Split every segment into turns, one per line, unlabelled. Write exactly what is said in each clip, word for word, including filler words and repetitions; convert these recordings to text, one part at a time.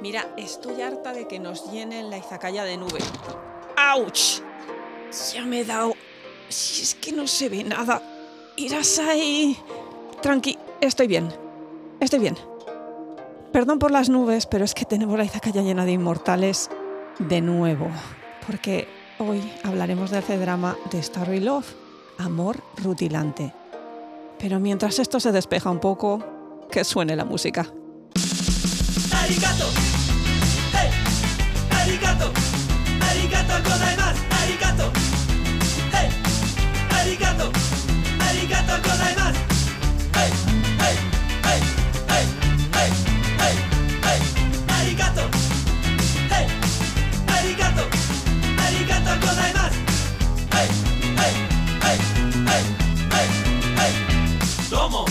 Mira, estoy harta de que nos llenen la izakaya de nube. ¡Auch! Ya me he dado... Si es que no se ve nada. Irasai... Tranqui, estoy bien. Estoy bien. Perdón por las nubes, pero es que tenemos la izakaya llena de inmortales de nuevo. Porque hoy hablaremos del C-drama de Starry Love, Amor rutilante. Pero mientras esto se despeja un poco, que suene la música.
Arigato, hey, arigato, arigato gozaimasu, arigato, hey, arigato, arigato gozaimasu, hey, hey, hey, hey, hey, hey, hey, arigato, hey, arigato, arigato gozaimasu, hey, hey, hey, hey, hey, hey, domo.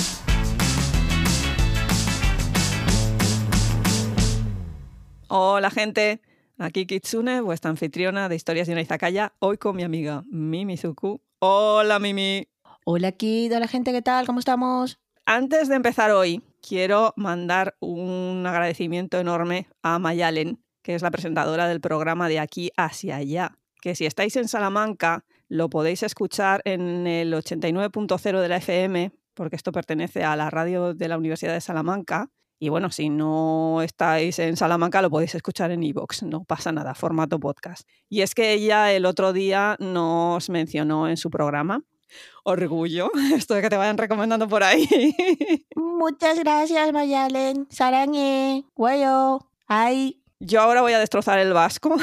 Hola gente, aquí Kitsune, vuestra anfitriona de Historias de una Izakaya, hoy con mi amiga Mimizuku. Hola Mimi.
Hola Kid, hola gente, ¿qué tal? ¿Cómo estamos?
Antes de empezar hoy, quiero mandar un agradecimiento enorme a Mayalen, que es la presentadora del programa de Aquí hacia allá, que si estáis en Salamanca lo podéis escuchar en el ochenta y nueve punto cero de la F M, porque esto pertenece a la radio de la Universidad de Salamanca. Y bueno, si no estáis en Salamanca lo podéis escuchar en iVoox, no pasa nada, formato podcast. Y es que ella el otro día nos mencionó en su programa. Orgullo, esto de que te vayan recomendando por ahí.
Muchas gracias, Mayalen. Sarangue, guayo, ay.
Yo ahora voy a destrozar el vasco.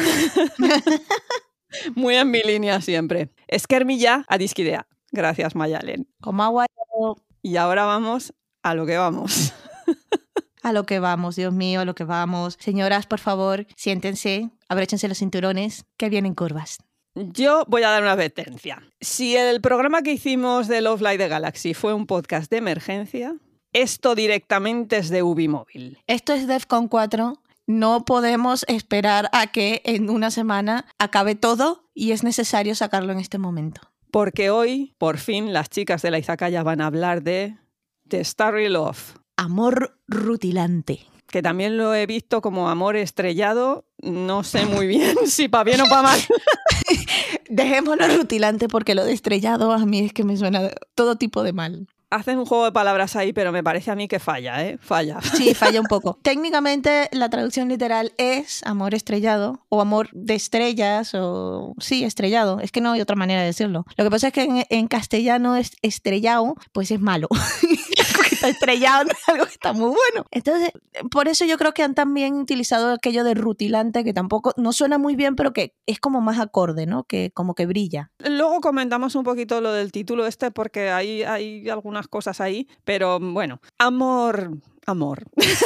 Muy en mi línea siempre. Esquermilla a disquidea. Gracias, Mayalen.
Como agua.
Y ahora vamos a lo que vamos.
A lo que vamos, Dios mío, a lo que vamos. Señoras, por favor, siéntense, abróchense los cinturones, que vienen curvas.
Yo voy a dar una advertencia. Si el programa que hicimos de Love Live the Galaxy fue un podcast de emergencia, esto directamente es de Ubimóvil.
Esto es Defcon cuatro. No podemos esperar a que en una semana acabe todo y es necesario sacarlo en este momento.
Porque hoy, por fin, las chicas de la Izakaya van a hablar de The Starry Love.
Amor rutilante.
Que también lo he visto como amor estrellado. No sé muy bien si para bien o para mal.
Dejémoslo rutilante porque lo de estrellado a mí es que me suena todo tipo de mal.
Hacen un juego de palabras ahí, pero me parece a mí que falla, ¿eh? Falla.
Sí, falla un poco. Técnicamente la traducción literal es amor estrellado o amor de estrellas o... Sí, estrellado. Es que no hay otra manera de decirlo. Lo que pasa es que en, en castellano es estrellado, pues es malo. Algo que está estrellado no es algo que está muy bueno. Entonces, por eso yo creo que han también utilizado aquello de rutilante, que tampoco, no suena muy bien, pero que es como más acorde, ¿no? Que como que brilla.
Luego comentamos un poquito lo del título este, porque hay, hay algunas cosas ahí, pero bueno, amor, amor.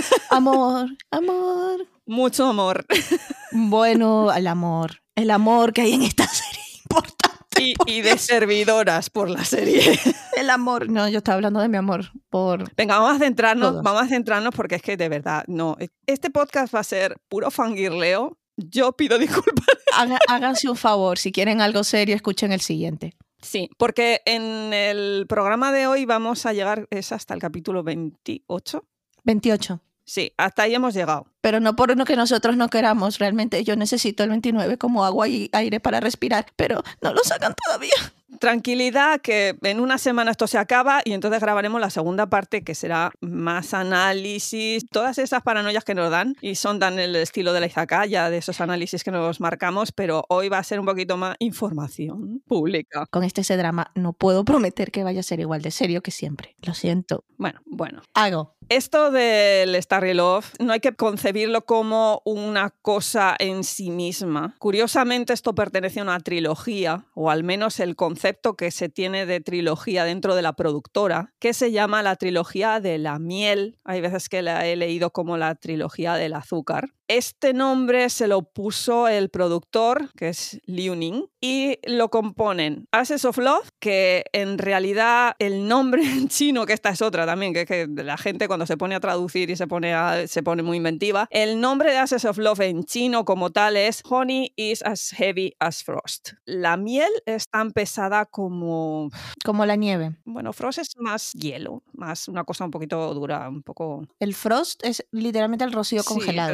Amor, amor.
Mucho amor.
Bueno, el amor. El amor que hay en esta serie importante.
Y, y de servidoras por la serie.
El amor. No, yo estaba hablando de mi amor por...
Venga, vamos a centrarnos,
Todos.
vamos a centrarnos porque es que de verdad, no. Este podcast va a ser puro fangirleo. Yo pido disculpas.
Haga, háganse un favor, si quieren algo serio, escuchen el siguiente.
Sí, porque en el programa de hoy vamos a llegar, es hasta el capítulo veintiocho.
veintiocho.
Sí, hasta ahí hemos llegado.
Pero no por uno que nosotros no queramos, realmente yo necesito el veintinueve como agua y aire para respirar, pero no lo sacan todavía.
Tranquilidad, que en una semana esto se acaba y entonces grabaremos la segunda parte, que será más análisis, todas esas paranoias que nos dan y son tan el estilo de la Izakaya, de esos análisis que nos marcamos, pero hoy va a ser un poquito más información pública.
Con este C-drama no puedo prometer que vaya a ser igual de serio que siempre. Lo siento.
Bueno, bueno.
Hago.
Esto del Starry Love no hay que concebirlo como una cosa en sí misma. Curiosamente, esto pertenece a una trilogía, o al menos el concepto que se tiene de trilogía dentro de la productora, que se llama la trilogía de la miel. Hay veces que la he leído como la trilogía del azúcar. Este nombre se lo puso el productor, que es Liu Ning, y lo componen Ashes of Love, que en realidad el nombre en chino, que esta es otra también, que es que la gente cuando se pone a traducir y se pone, a, se pone muy inventiva, el nombre de Ashes of Love en chino como tal es Honey is as heavy as frost. La miel es tan pesada como...
Como la nieve.
Bueno, frost es más hielo, más una cosa un poquito dura, un poco...
El frost es literalmente el rocío
Sí,
congelado.
pero tiene una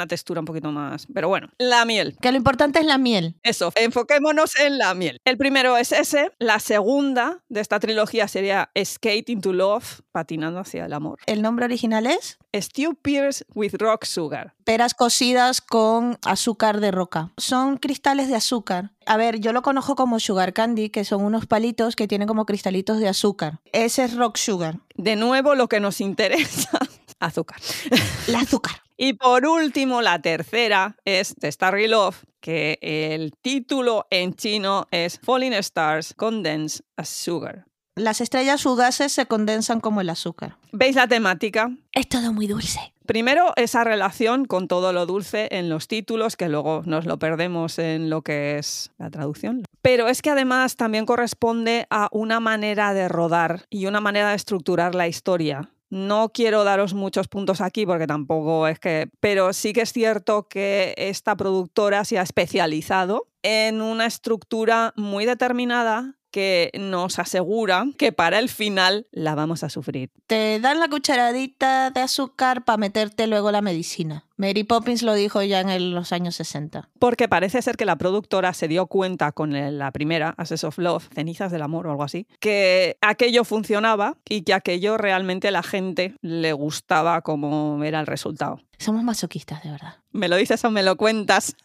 una textura un poquito más... Pero bueno, la miel.
Que lo importante es la miel.
Eso, enfoquémonos en la miel. El primero es ese. La segunda de esta trilogía sería Skate into Love, patinando hacia el amor.
¿El nombre original es?
Stew Pears with Rock Sugar.
Peras cocidas con azúcar de roca. Son cristales de azúcar. A ver, yo lo conozco como sugar candy, que son unos palitos que tienen como cristalitos de azúcar. Ese es rock sugar.
De nuevo, lo que nos interesa, azúcar.
El azúcar.
Y por último, la tercera es The Starry Love, que el título en chino es Falling Stars Condense as Sugar.
Las estrellas fugaces se condensan como el azúcar.
¿Veis la temática?
Es todo muy dulce.
Primero, esa relación con todo lo dulce en los títulos, que luego nos lo perdemos en lo que es la traducción. Pero es que además también corresponde a una manera de rodar y una manera de estructurar la historia. No quiero daros muchos puntos aquí porque tampoco es que... Pero sí que es cierto que esta productora se ha especializado en una estructura muy determinada que nos asegura que para el final la vamos a sufrir.
Te dan la cucharadita de azúcar para meterte luego la medicina. Mary Poppins lo dijo ya en el, los años sesenta.
Porque parece ser que la productora se dio cuenta con el, la primera, Ashes of Love, Cenizas del Amor o algo así, que aquello funcionaba y que aquello realmente a la gente le gustaba como era el resultado.
Somos masoquistas, de verdad.
¿Me lo dices o me lo cuentas?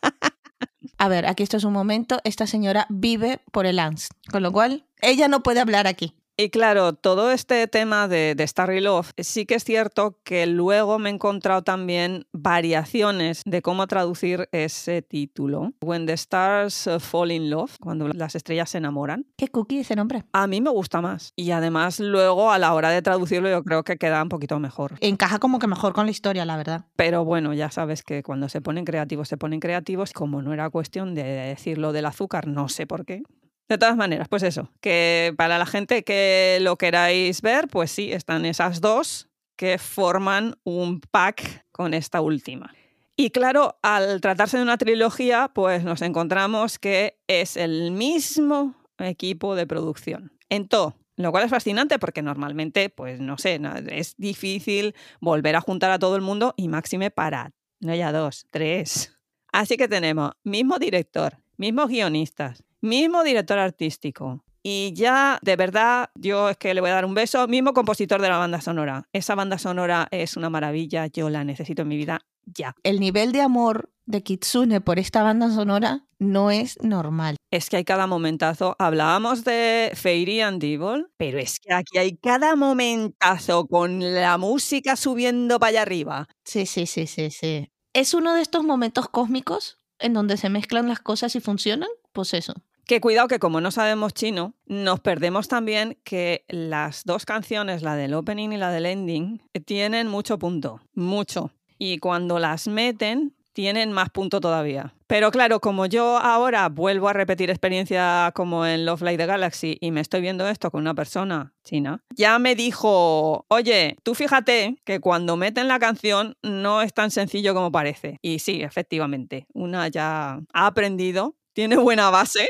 A ver, aquí esto es un momento. Esta señora vive por el A N S, con lo cual ella no puede hablar aquí.
Y claro, todo este tema de, de Starry Love, sí que es cierto que luego me he encontrado también variaciones de cómo traducir ese título. When the Stars Fall in Love, cuando las estrellas se enamoran.
¿Qué cookie ese nombre?
A mí me gusta más. Y además luego a la hora de traducirlo yo creo que queda un poquito mejor.
Encaja como que mejor con la historia, la verdad.
Pero bueno, ya sabes que cuando se ponen creativos, se ponen creativos. Como no era cuestión de decirlo del azúcar, no sé por qué. De todas maneras, pues eso, que para la gente que lo queráis ver, pues sí, están esas dos que forman un pack con esta última. Y claro, al tratarse de una trilogía, pues nos encontramos que es el mismo equipo de producción en todo. Lo cual es fascinante porque normalmente, pues no sé, es difícil volver a juntar a todo el mundo y máxime para, no ya dos, tres. Así que tenemos mismo director, mismos guionistas, mismo director artístico. Y ya, de verdad, yo es que le voy a dar un beso. Mismo compositor de la banda sonora. Esa banda sonora es una maravilla. Yo la necesito en mi vida ya.
El nivel de amor de Kitsune por esta banda sonora no es normal.
Es que hay cada momentazo. Hablábamos de Fairy and Devil, pero es que aquí hay cada momentazo con la música subiendo para allá arriba.
Sí, sí, sí, sí, sí. Es uno de estos momentos cósmicos en donde se mezclan las cosas y funcionan. Pues eso.
Que cuidado que como no sabemos chino, nos perdemos también que las dos canciones, la del opening y la del ending, tienen mucho punto, mucho. Y cuando las meten, tienen más punto todavía. Pero claro, como yo ahora vuelvo a repetir experiencia como en Love Like the Galaxy y me estoy viendo esto con una persona china, ya me dijo, oye, tú fíjate que cuando meten la canción no es tan sencillo como parece. Y sí, efectivamente, una ya ha aprendido. Tiene buena base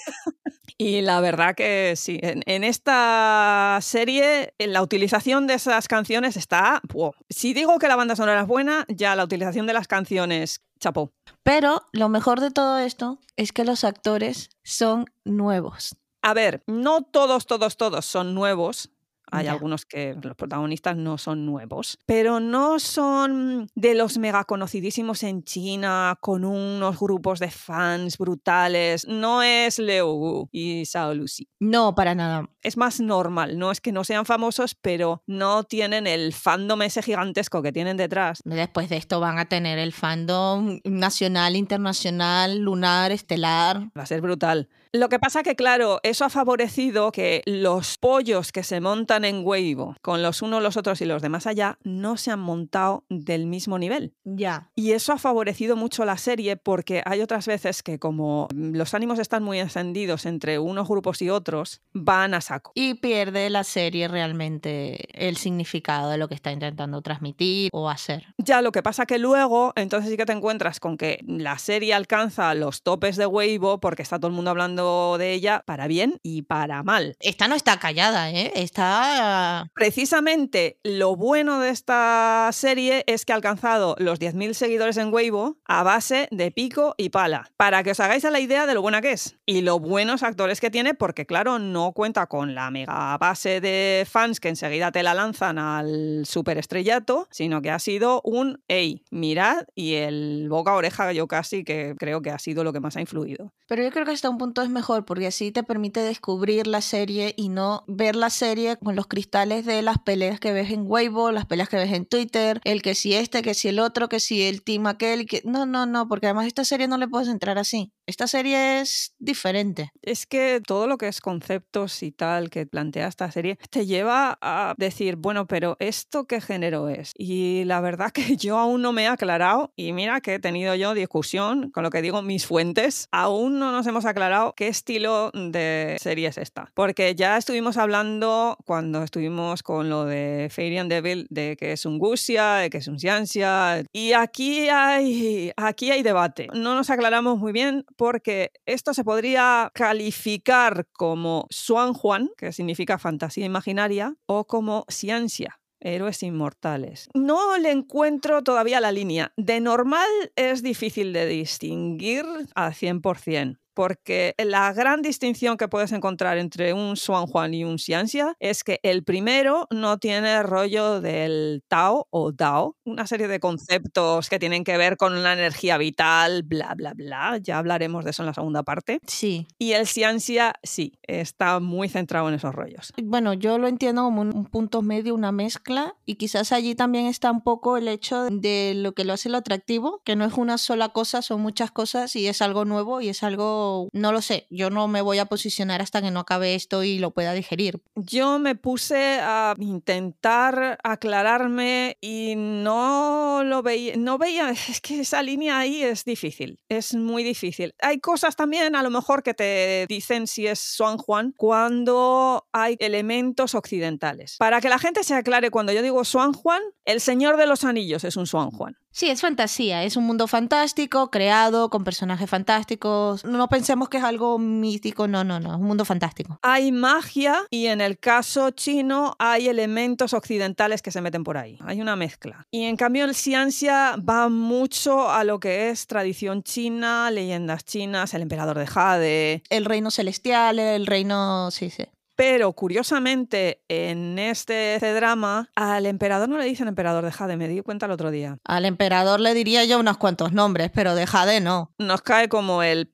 y la verdad que sí, en, en esta serie la utilización de esas canciones está... Wow. Si digo que la banda sonora es buena, ya la utilización de las canciones, chapó.
Pero lo mejor de todo esto es que los actores son nuevos.
A ver, no todos, todos, todos son nuevos. Hay
Ya.
algunos que los protagonistas no son nuevos, pero no son de los mega conocidísimos en China con unos grupos de fans brutales. No es Leo Wu y Sao Lucy.
No, para nada.
Es más normal, no es que no sean famosos, pero no tienen el fandom ese gigantesco que tienen detrás.
Después de esto van a tener el fandom nacional, internacional, lunar, estelar.
Va a ser brutal. Lo que pasa que, claro, eso ha favorecido que los pollos que se montan en Weibo con los unos, los otros y los demás allá no se han montado del mismo nivel.
Ya.
Y eso ha favorecido mucho la serie porque hay otras veces que como los ánimos están muy encendidos entre unos grupos y otros, van a saco.
Y pierde la serie realmente el significado de lo que está intentando transmitir o hacer.
Ya, lo que pasa que luego, entonces sí que te encuentras con que la serie alcanza los topes de Weibo porque está todo el mundo hablando hablando de ella para bien y para mal.
Esta no está callada, ¿eh? Está...
Precisamente lo bueno de esta serie es que ha alcanzado los diez mil seguidores en Weibo a base de pico y pala, para que os hagáis a la idea de lo buena que es y lo buenos actores que tiene, porque claro, no cuenta con la mega base de fans que enseguida te la lanzan al superestrellato, sino que ha sido un ey, mirad, y el boca a oreja yo casi que creo que ha sido lo que más ha influido.
Pero yo creo que hasta un punto es mejor, porque así te permite descubrir la serie y no ver la serie con los cristales de las peleas que ves en Weibo, las peleas que ves en Twitter, el que si este, que si el otro, que si el team aquel, que... no, no, no, porque además esta serie no le puedes entrar así. Esta serie es diferente.
Es que todo lo que es conceptos y tal que plantea esta serie te lleva a decir, bueno, pero ¿esto qué género es? Y la verdad que yo aún no me he aclarado, y mira que he tenido yo discusión con lo que digo mis fuentes, aún no nos hemos aclarado qué estilo de serie es esta. Porque ya estuvimos hablando cuando estuvimos con lo de Fairy and Devil de que es un Guxia, de que es un Xianxia, y aquí hay, aquí hay debate. No nos aclaramos muy bien porque esto se podría calificar como Xuanhuan, que significa fantasía imaginaria, o como Xianxia, héroes inmortales. No le encuentro todavía la línea. De normal es difícil de distinguir al cien por ciento. Porque la gran distinción que puedes encontrar entre un Xuanhuan y un Xianxia es que el primero no tiene rollo del Tao o Dao, una serie de conceptos que tienen que ver con una energía vital, bla, bla, bla. Ya hablaremos de eso en la segunda parte.
Sí.
Y el Xianxia, sí, está muy centrado en esos rollos.
Bueno, yo lo entiendo como un punto medio, una mezcla, y quizás allí también está un poco el hecho de lo que lo hace lo atractivo, que no es una sola cosa, son muchas cosas y es algo nuevo y es algo... No lo sé, yo no me voy a posicionar hasta que no acabe esto y lo pueda digerir.
Yo me puse a intentar aclararme y no lo veía, no veía, es que esa línea ahí es difícil, es muy difícil. Hay cosas también a lo mejor que te dicen si es Xuanhuan cuando hay elementos occidentales. Para que la gente se aclare, cuando yo digo Xuanhuan, el Señor de los Anillos es un Xuanhuan.
Sí, es fantasía, es un mundo fantástico, creado con personajes fantásticos. No pensemos que es algo mítico, no, no, no, es un mundo fantástico.
Hay magia y en el caso chino hay elementos occidentales que se meten por ahí. Hay una mezcla. Y en cambio el Xianxia va mucho a lo que es tradición china, leyendas chinas, el emperador de Jade.
El reino celestial, el reino... sí, sí.
Pero, curiosamente, en este drama, al emperador no le dicen emperador de Jade, me di cuenta el otro día.
Al emperador le diría yo unos cuantos nombres, pero de Jade no.
Nos cae como el...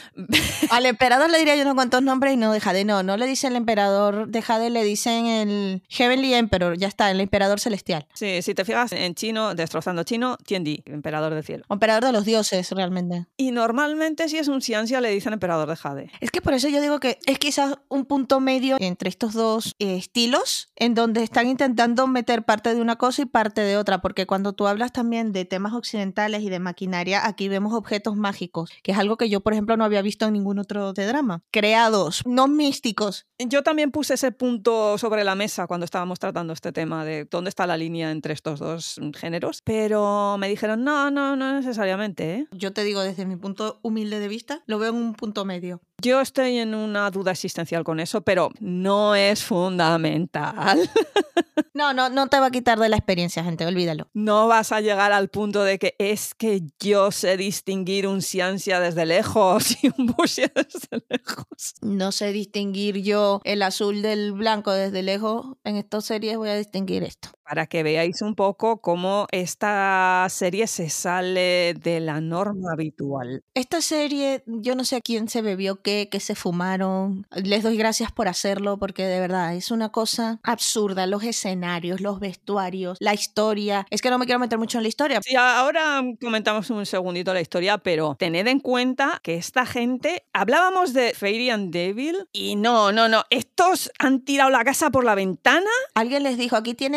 Al emperador le diría yo unos cuantos nombres y no de Jade, no. No le dicen el emperador de Jade, le dicen el Heavenly Emperor, ya está, el emperador celestial.
Sí, si te fijas en chino, destrozando chino, Tiandi, emperador del cielo.
O emperador de los dioses, realmente.
Y normalmente si es un Xianxia le dicen emperador de Jade.
Es que por eso yo digo que es quizás un punto medio entre estos dos eh, estilos, en donde están intentando meter parte de una cosa y parte de otra, porque cuando tú hablas también de temas occidentales y de maquinaria, aquí vemos objetos mágicos, que es algo que yo, por ejemplo, no había visto en ningún otro drama. Creados, no místicos.
Yo también puse ese punto sobre la mesa cuando estábamos tratando este tema de dónde está la línea entre estos dos géneros, pero me dijeron, no, no, no necesariamente, ¿eh?
Yo te digo, desde mi punto humilde de vista, lo veo en un punto medio.
Yo estoy en una duda existencial con eso, pero no es fundamental.
No, no, no te va a quitar de la experiencia, gente, olvídalo.
No vas a llegar al punto de que es que yo sé distinguir un Xianxia desde lejos y un Wuxia desde lejos.
No sé distinguir yo el azul del blanco desde lejos. En estas series voy a distinguir esto.
Para que veáis un poco cómo esta serie se sale de la norma habitual.
Esta serie, yo no sé a quién se bebió qué, qué se fumaron. Les doy gracias por hacerlo porque de verdad es una cosa absurda. Los escenarios, los vestuarios, la historia. Es que no me quiero meter mucho en la historia.
Sí, ahora comentamos un segundito la historia, pero tened en cuenta que esta gente... Hablábamos de Fairy and Devil y no, no, no. Estos han tirado la casa por la ventana.
Alguien les dijo, aquí tienen la llave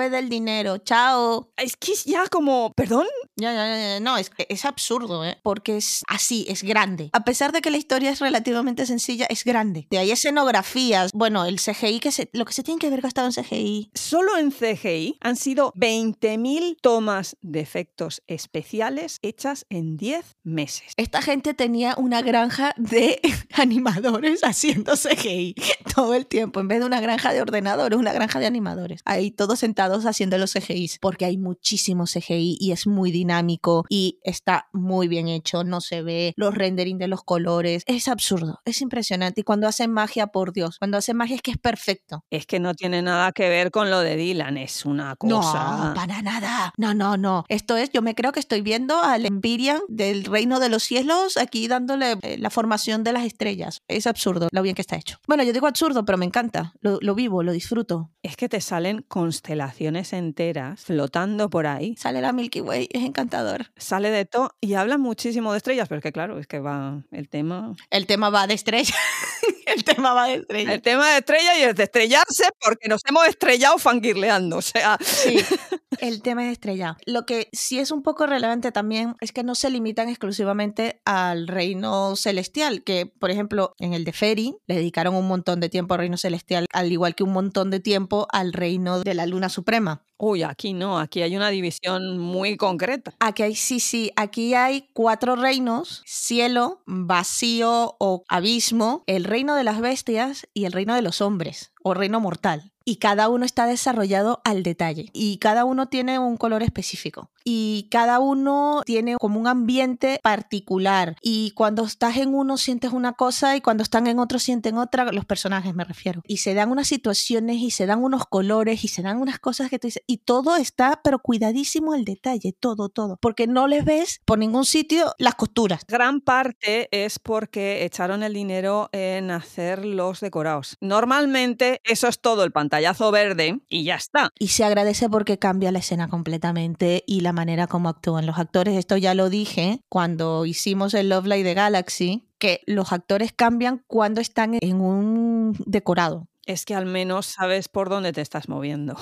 sabe del dinero, chao.
Es que es ya como, ¿perdón?
Ya, ya, ya, no, es, es absurdo, ¿eh? Porque es así, es grande. A pesar de que la historia es relativamente sencilla, es grande. De ahí escenografías, bueno, el C G I, que se, lo que se tiene que haber gastado en C G I.
Solo en C G I han sido veinte mil tomas de efectos especiales hechas en diez meses.
Esta gente tenía una granja de animadores haciendo C G I todo el tiempo. En vez de una granja de ordenadores, una granja de animadores. Ahí todos sentados haciendo los C G Is, porque hay muchísimo C G I y es muy dinámico y está muy bien hecho, no se ve los rendering de los colores. Es absurdo, es impresionante. Y cuando hacen magia, por Dios, cuando hacen magia es que es perfecto.
Es que no tiene nada que ver con lo de Dylan, es una cosa...
No, para nada. No, no, no. Esto es, yo me creo que estoy viendo al Empyrean del Reino de los Cielos aquí dándole eh, la formación de las estrellas. Es absurdo lo bien que está hecho. Bueno, yo digo absurdo, pero me encanta. Lo, lo vivo, lo disfruto.
Es que te salen constelaciones enteras flotando por ahí.
Sale la Milky Way, es encantador.
Sale de todo y hablan muchísimo de estrellas, pero es que claro, es que va el tema...
El tema va de estrellas. El tema va de estrellas.
El tema de estrellas y es de estrellarse porque nos hemos estrellado fangirleando, o sea...
Sí, el tema es estrellado. Lo que sí es un poco relevante también es que no se limitan exclusivamente al reino celestial, que por ejemplo en el de Fairy le dedicaron un montón de tiempo al reino celestial, al igual que un montón de tiempo al reino de la luna suprema.
Uy, aquí no, aquí hay una división muy concreta.
Aquí hay, sí, sí, aquí hay cuatro reinos: cielo, vacío o abismo, el reino de las bestias y el reino de los hombres, o reino mortal. Y cada uno está desarrollado al detalle. Y cada uno tiene un color específico. Y cada uno tiene como un ambiente particular. Y cuando estás en uno sientes una cosa y cuando están en otro sienten otra. Los personajes me refiero. Y se dan unas situaciones y se dan unos colores y se dan unas cosas que tú dices. Y todo está pero cuidadísimo al detalle. Todo, todo. Porque no les ves por ningún sitio las costuras.
Gran parte es porque echaron el dinero en hacer los decorados. Normalmente eso es todo, el pantallazo verde y ya está.
Y se agradece porque cambia la escena completamente y la manera como actúan los actores. Esto ya lo dije cuando hicimos el Love Live de Galaxy, que los actores cambian cuando están en un decorado.
Es que al menos sabes por dónde te estás moviendo.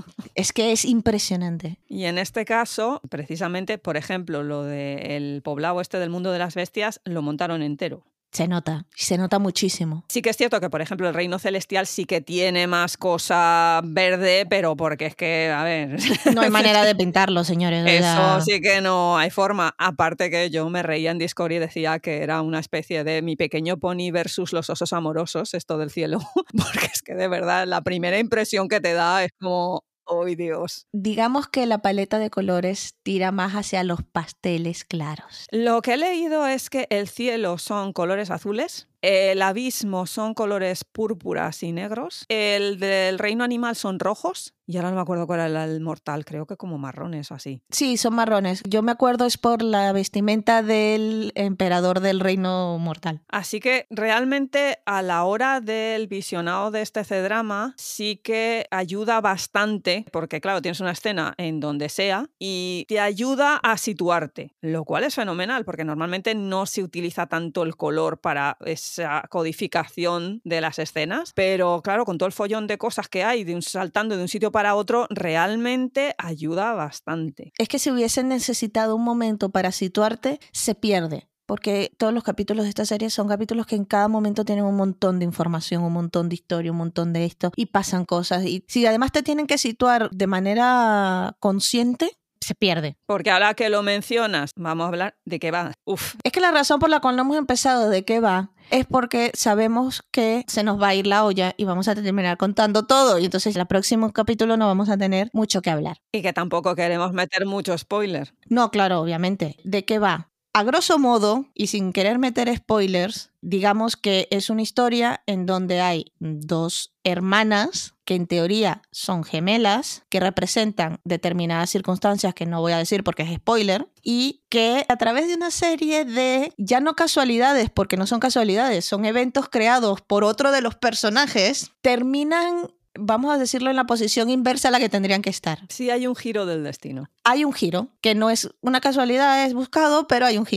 Es que es impresionante.
Y en este caso, precisamente, por ejemplo, lo del poblado este del mundo de las bestias, lo montaron entero.
Se nota, se nota muchísimo.
Sí que es cierto que, por ejemplo, el reino celestial sí que tiene más cosa verde, pero porque es que, a ver...
No hay manera de pintarlo, señores.
Eso
sea...
sí que no hay forma. Aparte que yo me reía en Discord y decía que era una especie de Mi pequeño pony versus los osos amorosos, esto del cielo. Porque es que de verdad la primera impresión que te da es como... ¡Oh, Dios!
Digamos que la paleta de colores tira más hacia los pasteles claros.
Lo que he leído es que el cielo son colores azules, el abismo son colores púrpuras y negros, el del reino animal son rojos, y ahora no me acuerdo cuál era el mortal, creo que como marrones o así.
Sí, son marrones. Yo me acuerdo es por la vestimenta del emperador del reino mortal.
Así que realmente a la hora del visionado de este C-drama sí que ayuda bastante, porque claro, tienes una escena en donde sea y te ayuda a situarte, lo cual es fenomenal, porque normalmente no se utiliza tanto el color para esa codificación de las escenas, pero claro, con todo el follón de cosas que hay, de un, saltando de un sitio para otro, realmente ayuda bastante.
Es que si hubiesen necesitado un momento para situarte, se pierde. Porque todos los capítulos de esta serie son capítulos que en cada momento tienen un montón de información, un montón de historia, un montón de esto, y pasan cosas. Y si además te tienen que situar de manera consciente, se pierde.
Porque ahora que lo mencionas, vamos a hablar de qué va. Uf.
Es que la razón por la cual no hemos empezado de qué va es porque sabemos que se nos va a ir la olla y vamos a terminar contando todo. Y entonces en el próximo capítulo no vamos a tener mucho que hablar.
Y que tampoco queremos meter mucho spoiler.
No, claro, obviamente. ¿De qué va? A grosso modo, y sin querer meter spoilers, digamos que es una historia en donde hay dos hermanas que en teoría son gemelas, que representan determinadas circunstancias que no voy a decir porque es spoiler, y que a través de una serie de, ya no casualidades, porque no son casualidades, son eventos creados por otro de los personajes, terminan... vamos a decirlo en la posición inversa a la que tendrían que estar.
Sí, hay un giro del destino.
Hay un giro, que no es una casualidad, es buscado, pero hay un giro.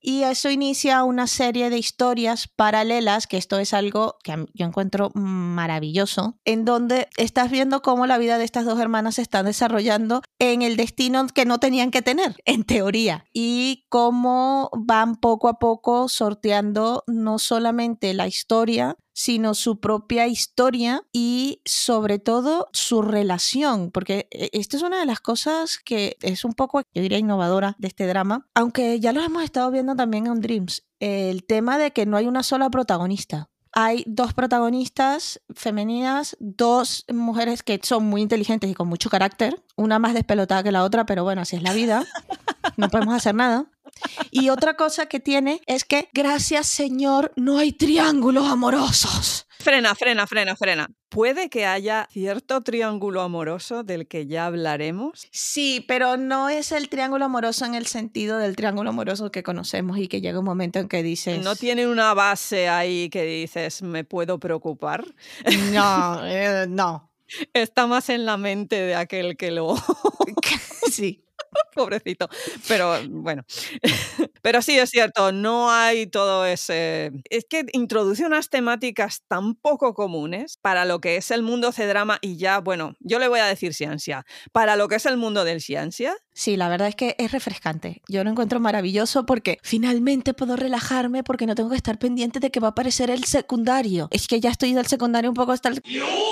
Y eso inicia una serie de historias paralelas, que esto es algo que yo encuentro maravilloso, en donde estás viendo cómo la vida de estas dos hermanas se está desarrollando en el destino que no tenían que tener, en teoría, y cómo van poco a poco sorteando no solamente la historia, sino su propia historia y sobre todo su relación, porque esto es una de las cosas que es un poco, yo diría, innovadora de este drama, aunque ya lo hemos estado viendo también en Dreams, el tema de que no hay una sola protagonista. Hay dos protagonistas femeninas, dos mujeres que son muy inteligentes y con mucho carácter, una más despelotada que la otra, pero bueno, así es la vida, no podemos hacer nada. Y otra cosa que tiene es que, gracias Señor, no hay triángulos amorosos.
Frena, frena, frena, frena. ¿Puede que haya cierto triángulo amoroso del que ya hablaremos?
Sí, pero no es el triángulo amoroso en el sentido del triángulo amoroso que conocemos y que llega un momento en que dices...
¿No tiene una base ahí que dices, me puedo preocupar?
No, eh, no.
Está más en la mente de aquel que lo...
Sí.
Pobrecito. Pero bueno. Pero sí es cierto, no hay todo ese... Es que introduce unas temáticas tan poco comunes para lo que es el mundo C-drama y ya, bueno, yo le voy a decir ciencia. Para lo que es el mundo del ciencia.
Sí, la verdad es que es refrescante. Yo lo encuentro maravilloso porque finalmente puedo relajarme porque no tengo que estar pendiente de que va a aparecer el secundario. Es que ya estoy del secundario un poco hasta el...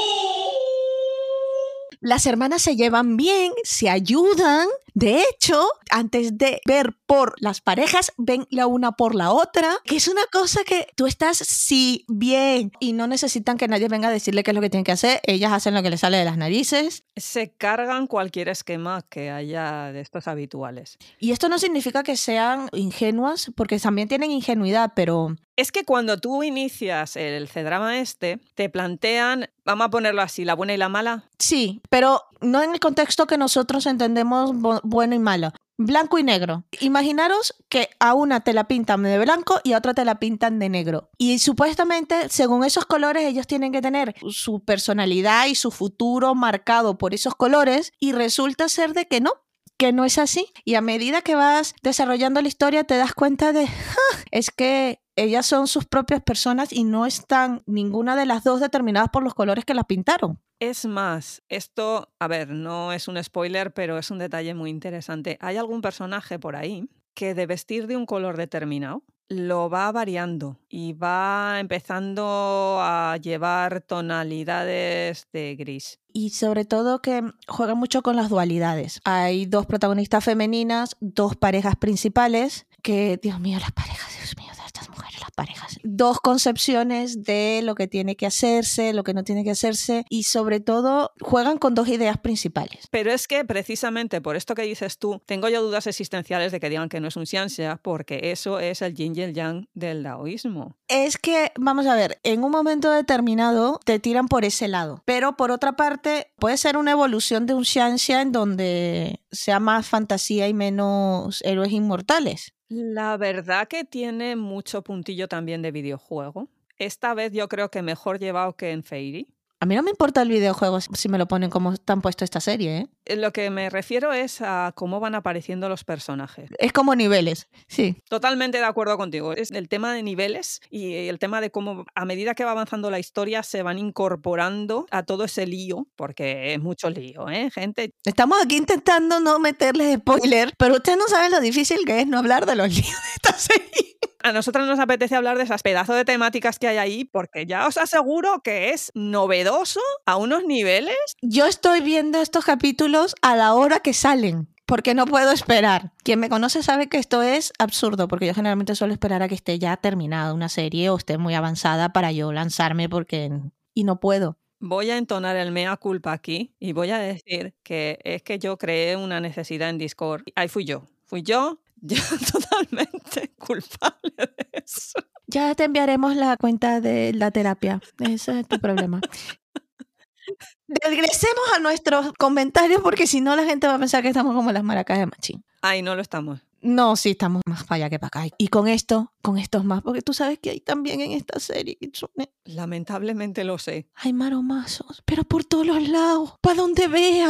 Las hermanas se llevan bien, se ayudan. De hecho, antes de ver por las parejas, ven la una por la otra, que es una cosa que tú estás sí bien y no necesitan que nadie venga a decirle qué es lo que tienen que hacer. Ellas hacen lo que les sale de las narices.
Se cargan cualquier esquema que haya de estos habituales.
Y esto no significa que sean ingenuas, porque también tienen ingenuidad, pero...
Es que cuando tú inicias el C-drama este, te plantean, vamos a ponerlo así, la buena y la mala.
Sí, pero no en el contexto que nosotros entendemos bueno y malo. Blanco y negro. Imaginaros que a una te la pintan de blanco y a otra te la pintan de negro. Y supuestamente, según esos colores, ellos tienen que tener su personalidad y su futuro marcado por esos colores, y resulta ser de que no. Que no es así. Y a medida que vas desarrollando la historia te das cuenta de ¡ah! Es que ellas son sus propias personas y no están ninguna de las dos determinadas por los colores que las pintaron.
Es más, esto, a ver, no es un spoiler, pero es un detalle muy interesante. Hay algún personaje por ahí que de vestir de un color determinado lo va variando y va empezando a llevar tonalidades de gris.
Y sobre todo que juega mucho con las dualidades. Hay dos protagonistas femeninas, dos parejas principales, que, Dios mío, las parejas, Dios mío, de estas mujeres, las parejas. Dos concepciones de lo que tiene que hacerse, lo que no tiene que hacerse, y sobre todo juegan con dos ideas principales.
Pero es que precisamente por esto que dices tú, tengo yo dudas existenciales de que digan que no es un xianxia, porque eso es el yin y el yang del daoísmo.
Es que, vamos a ver, en un momento determinado te tiran por ese lado, pero por otra parte puede ser una evolución de un xianxia en donde sea más fantasía y menos héroes inmortales.
La verdad que tiene mucho puntillo también de videojuego. Esta vez yo creo que mejor llevado que en Fairy.
A mí no me importa el videojuego si me lo ponen como están puesto esta serie, ¿eh?
Lo que me refiero es a cómo van apareciendo los personajes.
Es como niveles, sí.
Totalmente de acuerdo contigo. Es el tema de niveles y el tema de cómo a medida que va avanzando la historia se van incorporando a todo ese lío, porque es mucho lío, ¿eh, gente?
Estamos aquí intentando no meterles spoiler, pero ustedes no saben lo difícil que es no hablar de los líos de esta serie.
A nosotros nos apetece hablar de esas pedazos de temáticas que hay ahí, porque ya os aseguro que es novedoso a unos niveles.
Yo estoy viendo estos capítulos a la hora que salen, porque no puedo esperar. Quien me conoce sabe que esto es absurdo, porque yo generalmente suelo esperar a que esté ya terminada una serie o esté muy avanzada para yo lanzarme, porque... y no puedo.
Voy a entonar el mea culpa aquí y voy a decir que es que yo creé una necesidad en Discord. Ahí fui yo. Fui yo. Yo totalmente culpable de eso.
Ya te enviaremos la cuenta de la terapia. Ese es tu problema. Regresemos a nuestros comentarios porque si no la gente va a pensar que estamos como las maracas de Machín.
Ay, no lo estamos.
No, sí, estamos más para allá que para acá. Y con esto, con estos más, porque tú sabes que hay también en esta serie.
Lamentablemente lo sé.
Hay maromazos, pero por todos los lados, para donde veas.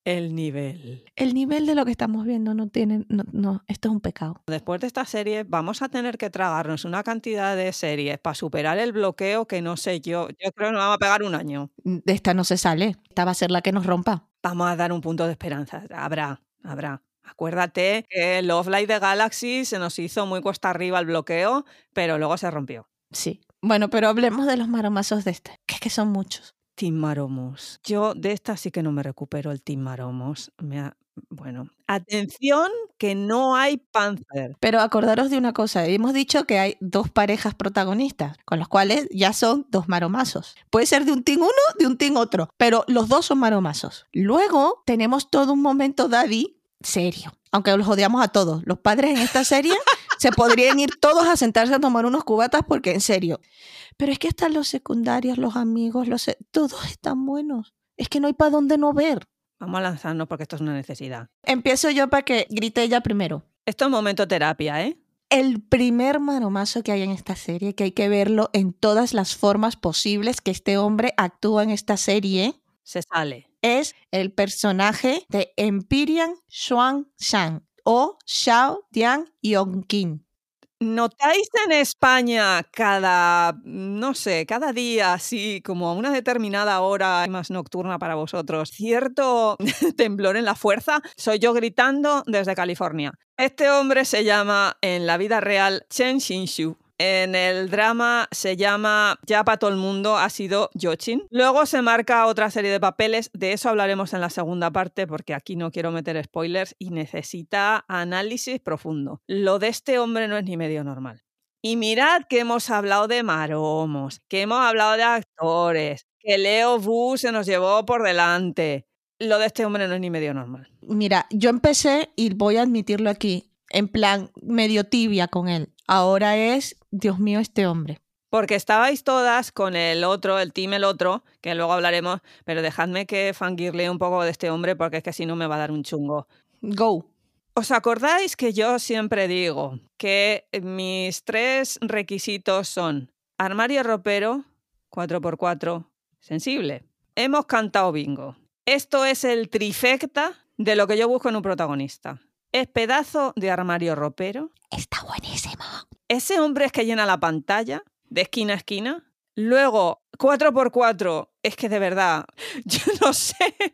El nivel.
El nivel de lo que estamos viendo no tiene, no, no, esto es un pecado.
Después de esta serie vamos a tener que tragarnos una cantidad de series para superar el bloqueo que no sé yo. Yo creo que nos vamos a pegar un año.
De esta no se sale. Esta va a ser la que nos rompa.
Vamos a dar un punto de esperanza. Habrá, habrá. Acuérdate que Love Live the Galaxy se nos hizo muy cuesta arriba el bloqueo, pero luego se rompió.
Sí. Bueno, pero hablemos de los maromazos de este, que es que son muchos.
Team Maromos. Yo de esta sí que no me recupero el Team Maromos. Me ha... Bueno, atención que no hay Panzer.
Pero acordaros de una cosa, hemos dicho que hay dos parejas protagonistas, con los cuales ya son dos maromazos. Puede ser de un team uno, de un team otro, pero los dos son maromazos. Luego tenemos todo un momento daddy serio, aunque los odiamos a todos. Los padres en esta serie se podrían ir todos a sentarse a tomar unos cubatas porque en serio. Pero es que están los secundarios, los amigos, los todos están buenos. Es que no hay para dónde no ver.
Vamos a lanzarnos porque esto es una necesidad.
Empiezo yo para que grite ella primero.
Esto es momento terapia, ¿eh?
El primer maromazo que hay en esta serie, que hay que verlo en todas las formas posibles que este hombre actúa en esta serie,
se sale.
Es el personaje de Empyrean Xuan-Shan o Xiao Dian Yongqin.
¿Notáis en España cada, no sé, cada día, así como a una determinada hora más nocturna para vosotros, cierto temblor en la fuerza? Soy yo gritando desde California. Este hombre se llama, en la vida real, Chen Xinshu. En el drama se llama, ya para todo el mundo, ha sido Yochin. Luego se marca otra serie de papeles, de eso hablaremos en la segunda parte porque aquí no quiero meter spoilers y necesita análisis profundo. Lo de este hombre no es ni medio normal. Y mirad que hemos hablado de maromos, que hemos hablado de actores, que Leo Wu se nos llevó por delante. Lo de este hombre no es ni medio normal.
Mira, yo empecé, y voy a admitirlo aquí, en plan medio tibia con él. Ahora es, Dios mío, este hombre.
Porque estabais todas con el otro, el team el otro, que luego hablaremos, pero dejadme que fangirlee un poco de este hombre porque es que si no me va a dar un chungo.
Go.
¿Os acordáis que yo siempre digo que mis tres requisitos son armario ropero, cuatro por cuatro, sensible? Hemos cantado bingo. Esto es el trifecta de lo que yo busco en un protagonista. Es pedazo de armario ropero.
Está buenísimo.
Ese hombre es que llena la pantalla de esquina a esquina. Luego, cuatro por cuatro, es que de verdad, yo no sé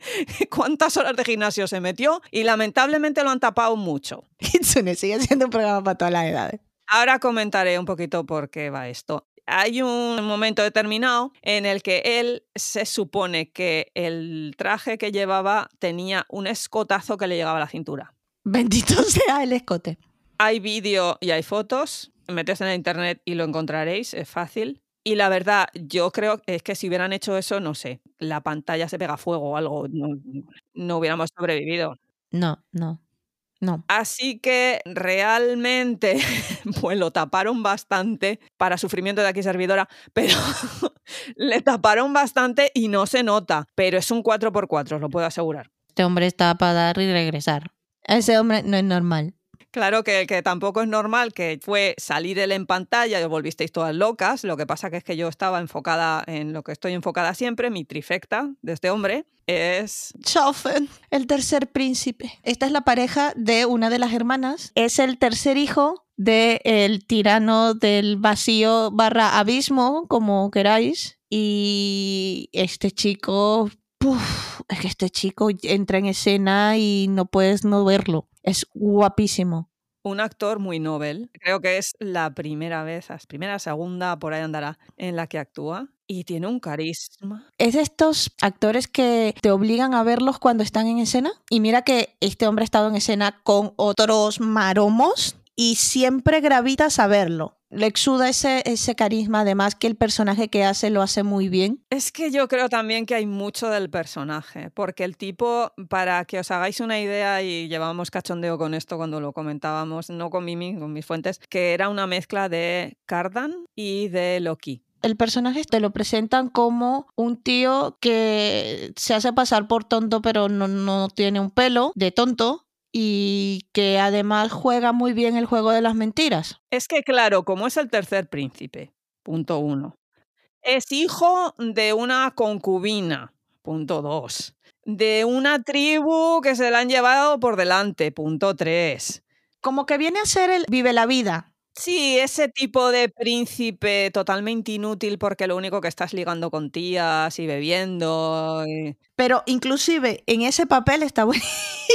cuántas horas de gimnasio se metió y lamentablemente lo han tapado mucho.
Kitsune sigue siendo un programa para todas las edades.
Ahora comentaré un poquito por qué va esto. Hay un momento determinado en el que él se supone que el traje que llevaba tenía un escotazo que le llegaba a la cintura.
Bendito sea el escote.
Hay vídeo y hay fotos, metes en el internet y lo encontraréis, es fácil. Y la verdad, yo creo es que si hubieran hecho eso, no sé, la pantalla se pega fuego o algo, no, no hubiéramos sobrevivido.
No, no, no.
Así que realmente, pues lo taparon bastante, para sufrimiento de aquí servidora, pero le taparon bastante y no se nota. Pero es un cuatro por cuatro, os lo puedo asegurar.
Este hombre está para dar y regresar. Ese hombre no es normal.
Claro que, que tampoco es normal, que fue salir él en pantalla y os volvisteis todas locas. Lo que pasa que es que yo estaba enfocada en lo que estoy enfocada siempre. Mi trifecta de este hombre es...
Chaufen, el tercer príncipe. Esta es la pareja de una de las hermanas. Es el tercer hijo del tirano del vacío barra abismo, como queráis. Y este chico... Uf, es que este chico entra en escena y no puedes no verlo. Es guapísimo.
Un actor muy noble. Creo que es la primera vez, la primera, segunda, por ahí andará, en la que actúa. Y tiene un carisma.
Es de estos actores que te obligan a verlos cuando están en escena. Y mira que este hombre ha estado en escena con otros maromos y siempre gravitas a verlo. Le exuda ese, ese carisma, además que el personaje que hace lo hace muy bien.
Es que yo creo también que hay mucho del personaje, porque el tipo, para que os hagáis una idea, y llevábamos cachondeo con esto cuando lo comentábamos, no con Mimi, con mis fuentes, que era una mezcla de Cardan y de Loki.
El personaje te lo presentan como un tío que se hace pasar por tonto, pero no, no tiene un pelo de tonto. Y que además juega muy bien el juego de las mentiras.
Es que claro, como es el tercer príncipe, punto uno, es hijo de una concubina, punto dos, De una tribu que se la han llevado por delante, punto tres.
Como que viene a ser el vive la vida.
Sí, ese tipo de príncipe totalmente inútil porque lo único que estás ligando con tías y bebiendo. Y...
Pero inclusive en ese papel está buenísimo.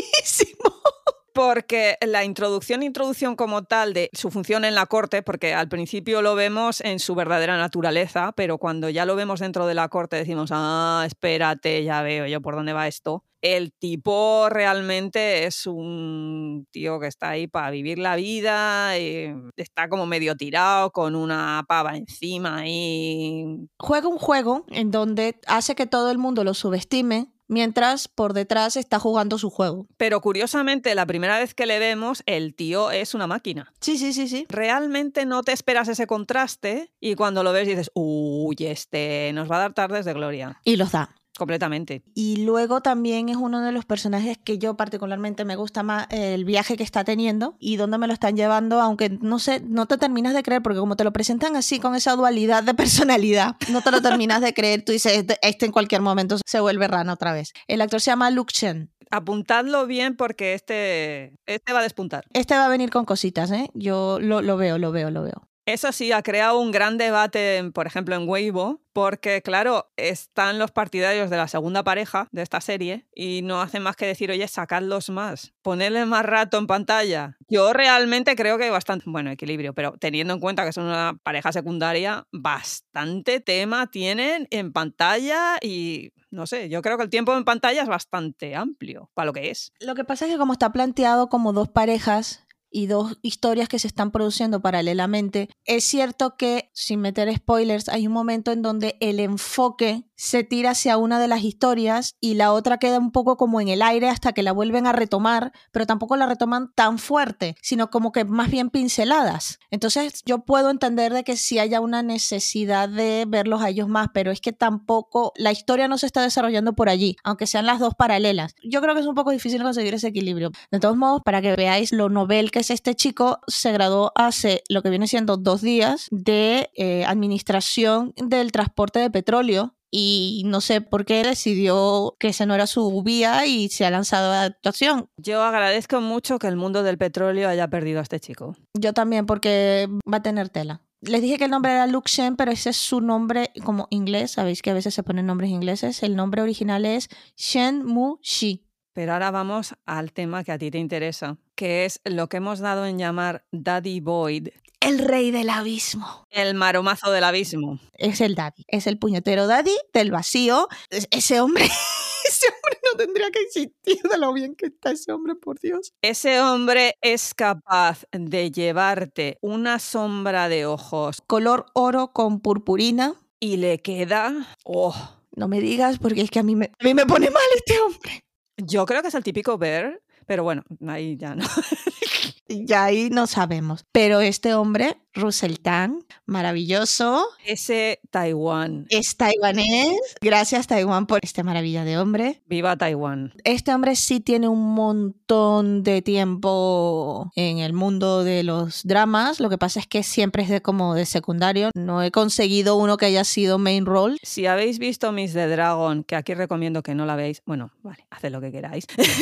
Porque la introducción, introducción como tal de su función en la corte, porque al principio lo vemos en su verdadera naturaleza, pero cuando ya lo vemos dentro de la corte decimos, ah, espérate, ya veo yo por dónde va esto. El tipo realmente es un tío que está ahí para vivir la vida, y está como medio tirado con una pava encima y...
Juega un juego en donde hace que todo el mundo lo subestime, mientras por detrás está jugando su juego.
Pero curiosamente, la primera vez que le vemos, el tío es una máquina.
Sí, sí, sí, sí.
Realmente no te esperas ese contraste y cuando lo ves dices, uy, este nos va a dar tardes de gloria.
Y los da.
Completamente.
Y luego también es uno de los personajes que yo particularmente me gusta más el viaje que está teniendo y dónde me lo están llevando, aunque no sé, no te terminas de creer, porque como te lo presentan así con esa dualidad de personalidad, no te lo terminas de creer. Tú dices, este, este en cualquier momento se vuelve rana otra vez. El actor se llama Luke Chen.
Apuntadlo bien porque este, este va a despuntar.
Este va a venir con cositas, ¿eh? Yo lo, lo veo, lo veo, lo veo.
Eso sí, ha creado un gran debate, por ejemplo, en Weibo, porque, claro, están los partidarios de la segunda pareja de esta serie y no hacen más que decir, oye, sacadlos más, ponerles más rato en pantalla. Yo realmente creo que hay bastante, bueno, equilibrio, pero teniendo en cuenta que son una pareja secundaria, bastante tema tienen en pantalla y, no sé, yo creo que el tiempo en pantalla es bastante amplio para lo que es.
Lo que pasa es que como está planteado como dos parejas y dos historias que se están produciendo paralelamente, es cierto que, sin meter spoilers, hay un momento en donde el enfoque se tira hacia una de las historias y la otra queda un poco como en el aire hasta que la vuelven a retomar, pero tampoco la retoman tan fuerte, sino como que más bien pinceladas. Entonces yo puedo entender de que sí haya una necesidad de verlos a ellos más, pero es que tampoco, la historia no se está desarrollando por allí, aunque sean las dos paralelas. Yo creo que es un poco difícil conseguir ese equilibrio. De todos modos, para que veáis lo novel que es este chico, se graduó hace lo que viene siendo dos días de eh, administración del transporte de petróleo. Y no sé por qué decidió que ese no era su vía y se ha lanzado a la actuación.
Yo agradezco mucho que el mundo del petróleo haya perdido a este chico.
Yo también, porque va a tener tela. Les dije que el nombre era Luke Chen, pero ese es su nombre como inglés. Sabéis que a veces se ponen nombres ingleses. El nombre original es Shen Mu Shi.
Pero ahora vamos al tema que a ti te interesa, que es lo que hemos dado en llamar Daddy Void.
El rey del abismo.
El maromazo del abismo.
Es el daddy, es el puñetero daddy del vacío. Es- ese hombre, ese hombre no tendría que existir de lo bien que está ese hombre, por Dios.
Ese hombre es capaz de llevarte una sombra de ojos
Color oro con purpurina.
y le queda... Oh,
No me digas porque es que a mí me, a mí me pone mal este hombre.
yo creo que es el típico Bear, pero bueno, ahí ya no.
Ya ahí no sabemos. Pero este hombre, Russell Tan, maravilloso,
Ese Taiwán.
es taiwanés. Gracias Taiwán por esta maravilla de hombre.
Viva Taiwán.
Este hombre sí tiene un montón de tiempo en el mundo de los dramas. Lo que pasa es que siempre es de como de secundario. No he conseguido uno que haya sido main role.
Si habéis visto Miss the Dragon, que aquí recomiendo que no la veáis, bueno, vale, haced lo que queráis.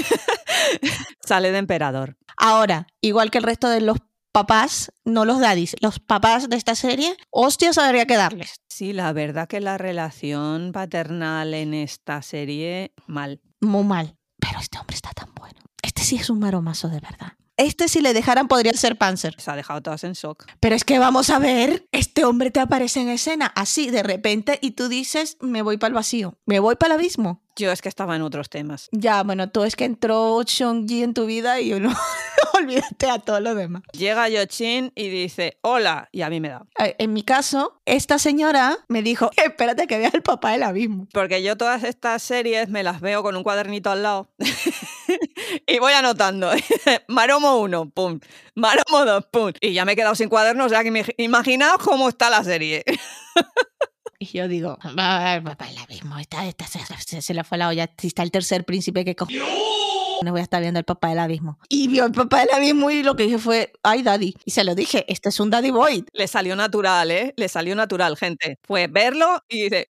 Sale de emperador.
Ahora, igual que el resto de los papás, no los daddies, los papás de esta serie, hostias habría que darles.
Sí, la verdad que la relación paternal en esta serie, mal.
Muy mal. Pero este hombre está tan bueno. Este sí es un maromazo de verdad. Este, si le dejaran, podría ser Panzer.
Se ha dejado todas en shock.
Pero es que vamos a ver, este hombre te aparece en escena así de repente y tú dices, me voy para el vacío, me voy para el abismo.
Yo es que estaba en otros temas.
Ya, bueno, tú es que entró Seong-gi en tu vida y uno, olvídate a todo lo demás.
Llega Yochin y dice, hola, y a mí me da.
Eh, En mi caso, esta señora me dijo, espérate que vea el papá del abismo.
Porque yo todas estas series me las veo con un cuadernito al lado y voy anotando. Maromo uno, pum. Maromo dos, pum. Y ya me he quedado sin cuaderno, o sea que me- imaginaos cómo está la serie.
Y yo digo, va a ver, papá del abismo, esta, esta, se, se, se le fue la olla, si está el tercer príncipe que coge. No voy a estar viendo el papá del abismo. Y vio el papá del abismo y lo que dije fue, ay, daddy. Y se lo dije, este es un daddy void.
Le salió natural, ¿eh? Le salió natural, gente. Fue verlo y dice,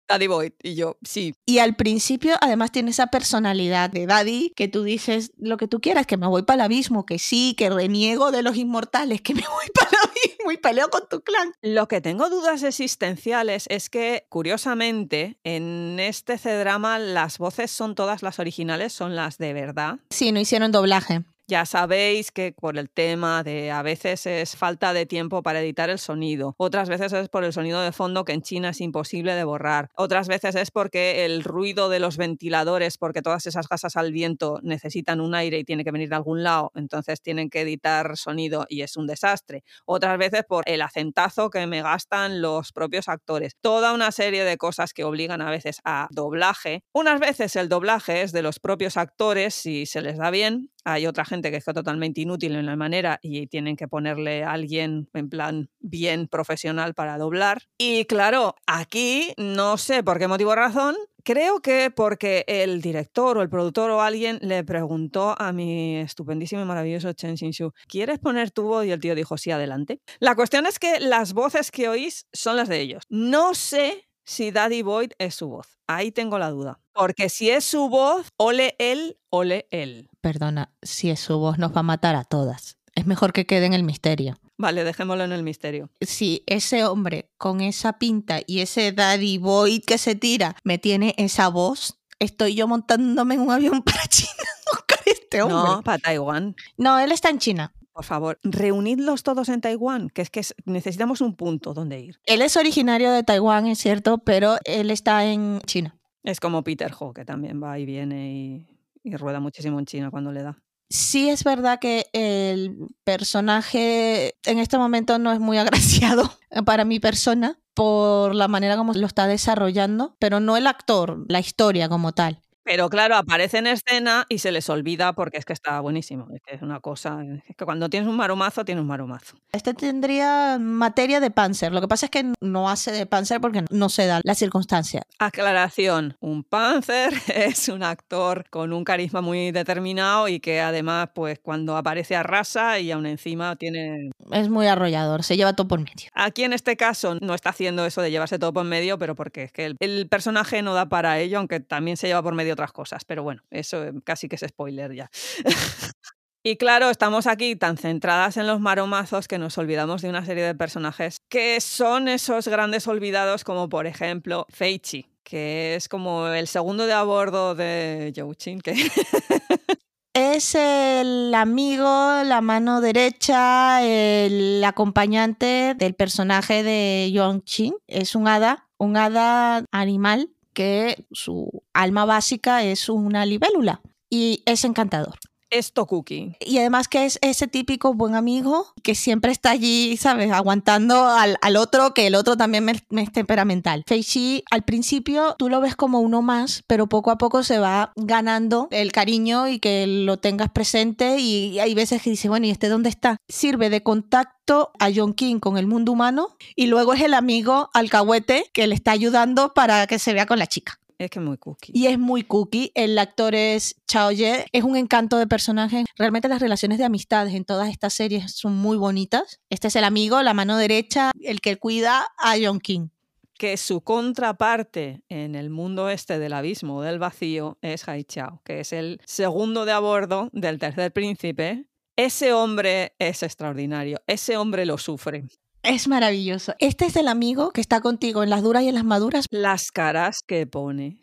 Daddy Boyd. Y yo, sí.
Y al principio, además, tiene esa personalidad de Daddy que tú dices lo que tú quieras, que me voy para el abismo, que sí, que reniego de los inmortales, que me voy para el abismo y peleo con tu clan.
Lo que tengo dudas existenciales es que, curiosamente, en este C-drama las voces son todas las originales, son las de verdad.
Sí, no hicieron doblaje.
Ya sabéis que por el tema de a veces es falta de tiempo para editar el sonido, otras veces es por el sonido de fondo que en China es imposible de borrar, otras veces es porque el ruido de los ventiladores, porque todas esas gases al viento necesitan un aire y tiene que venir de algún lado, entonces tienen que editar sonido y es un desastre, otras veces por el acentazo que me gastan los propios actores, toda una serie de cosas que obligan a veces a doblaje. Unas veces el doblaje es de los propios actores si se les da bien. Hay otra gente que está totalmente inútil en la manera y tienen que ponerle a alguien en plan bien profesional para doblar. Y claro, aquí no sé por qué motivo o razón, creo que porque el director o el productor o alguien le preguntó a mi estupendísimo y maravilloso Chen Xinshu, ¿quieres poner tu voz? Y el tío dijo, sí, adelante. La cuestión es que las voces que oís son las de ellos. No sé si Daddy Boyd es su voz. Ahí tengo la duda. Porque si es su voz, ole él, ole él.
Perdona, si es su voz nos va a matar a todas. Es mejor que quede en el misterio.
Vale, dejémoslo en el misterio.
Si ese hombre con esa pinta y ese Daddy Boyd que se tira me tiene esa voz, estoy yo montándome en un avión para China a buscar a este hombre.
No, para Taiwán.
No, él está en China.
Por favor, reunidlos todos en Taiwán, que es que necesitamos un punto donde ir.
Él es originario de Taiwán, es cierto, pero él está en China.
Es como Peter Ho, que también va y viene y, y rueda muchísimo en China cuando le da.
Sí es verdad que el personaje en este momento no es muy agraciado para mi persona por la manera como lo está desarrollando, pero no el actor, la historia como tal.
Pero claro, aparece en escena y se les olvida porque es que está buenísimo. Es que es una cosa... Es que cuando tienes un maromazo, tienes un maromazo.
Este tendría materia de Panzer. Lo que pasa es que no hace de Panzer porque no se da la circunstancia.
Aclaración. Un Panzer es un actor con un carisma muy determinado y que además, pues cuando aparece arrasa y aún encima tiene...
Es muy arrollador, se lleva todo por medio.
Aquí en este caso no está haciendo eso de llevarse todo por medio, pero porque es que el, el personaje no da para ello, aunque también se lleva por medio otras cosas, pero bueno, eso casi que es spoiler ya. Y claro, estamos aquí tan centradas en los maromazos que nos olvidamos de una serie de personajes que son esos grandes olvidados, como por ejemplo Feichi, que es como el segundo de a bordo de Youchin, que...
Es el amigo, la mano derecha, el acompañante del personaje de Youchin. Es un hada, un hada animal que su alma básica es una libélula y es encantador.
Es Tokuki.
Y además que es ese típico buen amigo que siempre está allí, ¿sabes? Aguantando al, al otro, que el otro también me, me es temperamental. Feichi, al principio tú lo ves como uno más, pero poco a poco se va ganando el cariño y que lo tengas presente y hay veces que dice, bueno, ¿y este dónde está? Sirve de contacto a Yeonkin con el mundo humano y luego es el amigo alcahuete que le está ayudando para que se vea con la chica.
Es que es muy cookie.
Y es muy cookie. El actor es Chao Ye. Es un encanto de personaje. Realmente las relaciones de amistades en todas estas series son muy bonitas. Este es el amigo, la mano derecha, el que cuida a Yeonkin.
Que su contraparte en el mundo este del abismo o del vacío es Haichao, que es el segundo de a bordo del tercer príncipe. Ese hombre es extraordinario. Ese hombre lo sufre.
Es maravilloso. Este es el amigo que está contigo en las duras y en las maduras.
Las caras que pone.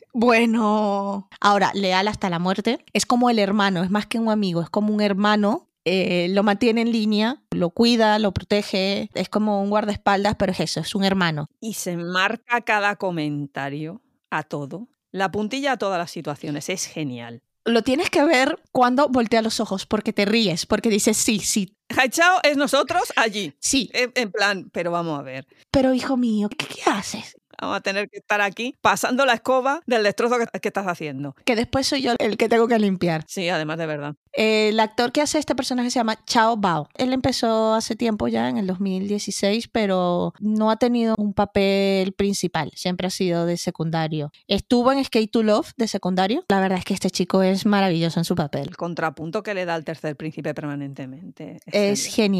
Bueno. Ahora, leal hasta la muerte. Es como el hermano, es más que un amigo, es como un hermano. Eh, lo mantiene en línea, lo cuida, lo protege. Es como un guardaespaldas, pero es eso, es un hermano.
Y se marca cada comentario a todo. La puntilla a todas las situaciones. Es genial.
Lo tienes que ver cuando voltea los ojos, porque te ríes, porque dices sí, sí.
Haichao es nosotros allí.
Sí.
En, en plan, pero vamos a ver.
Pero hijo mío, ¿qué, qué haces?
Vamos a tener que estar aquí pasando la escoba del destrozo que, que estás haciendo.
Que después soy yo el que tengo que limpiar.
Sí, además de verdad.
El actor que hace este personaje se llama Chao Bao. Él empezó hace tiempo ya, en el dos mil dieciséis, pero no ha tenido un papel principal. Siempre ha sido de secundario. Estuvo en Skate to Love de secundario. La verdad es que este chico es maravilloso en su papel.
El contrapunto que le da al tercer príncipe permanentemente.
Es, es genial.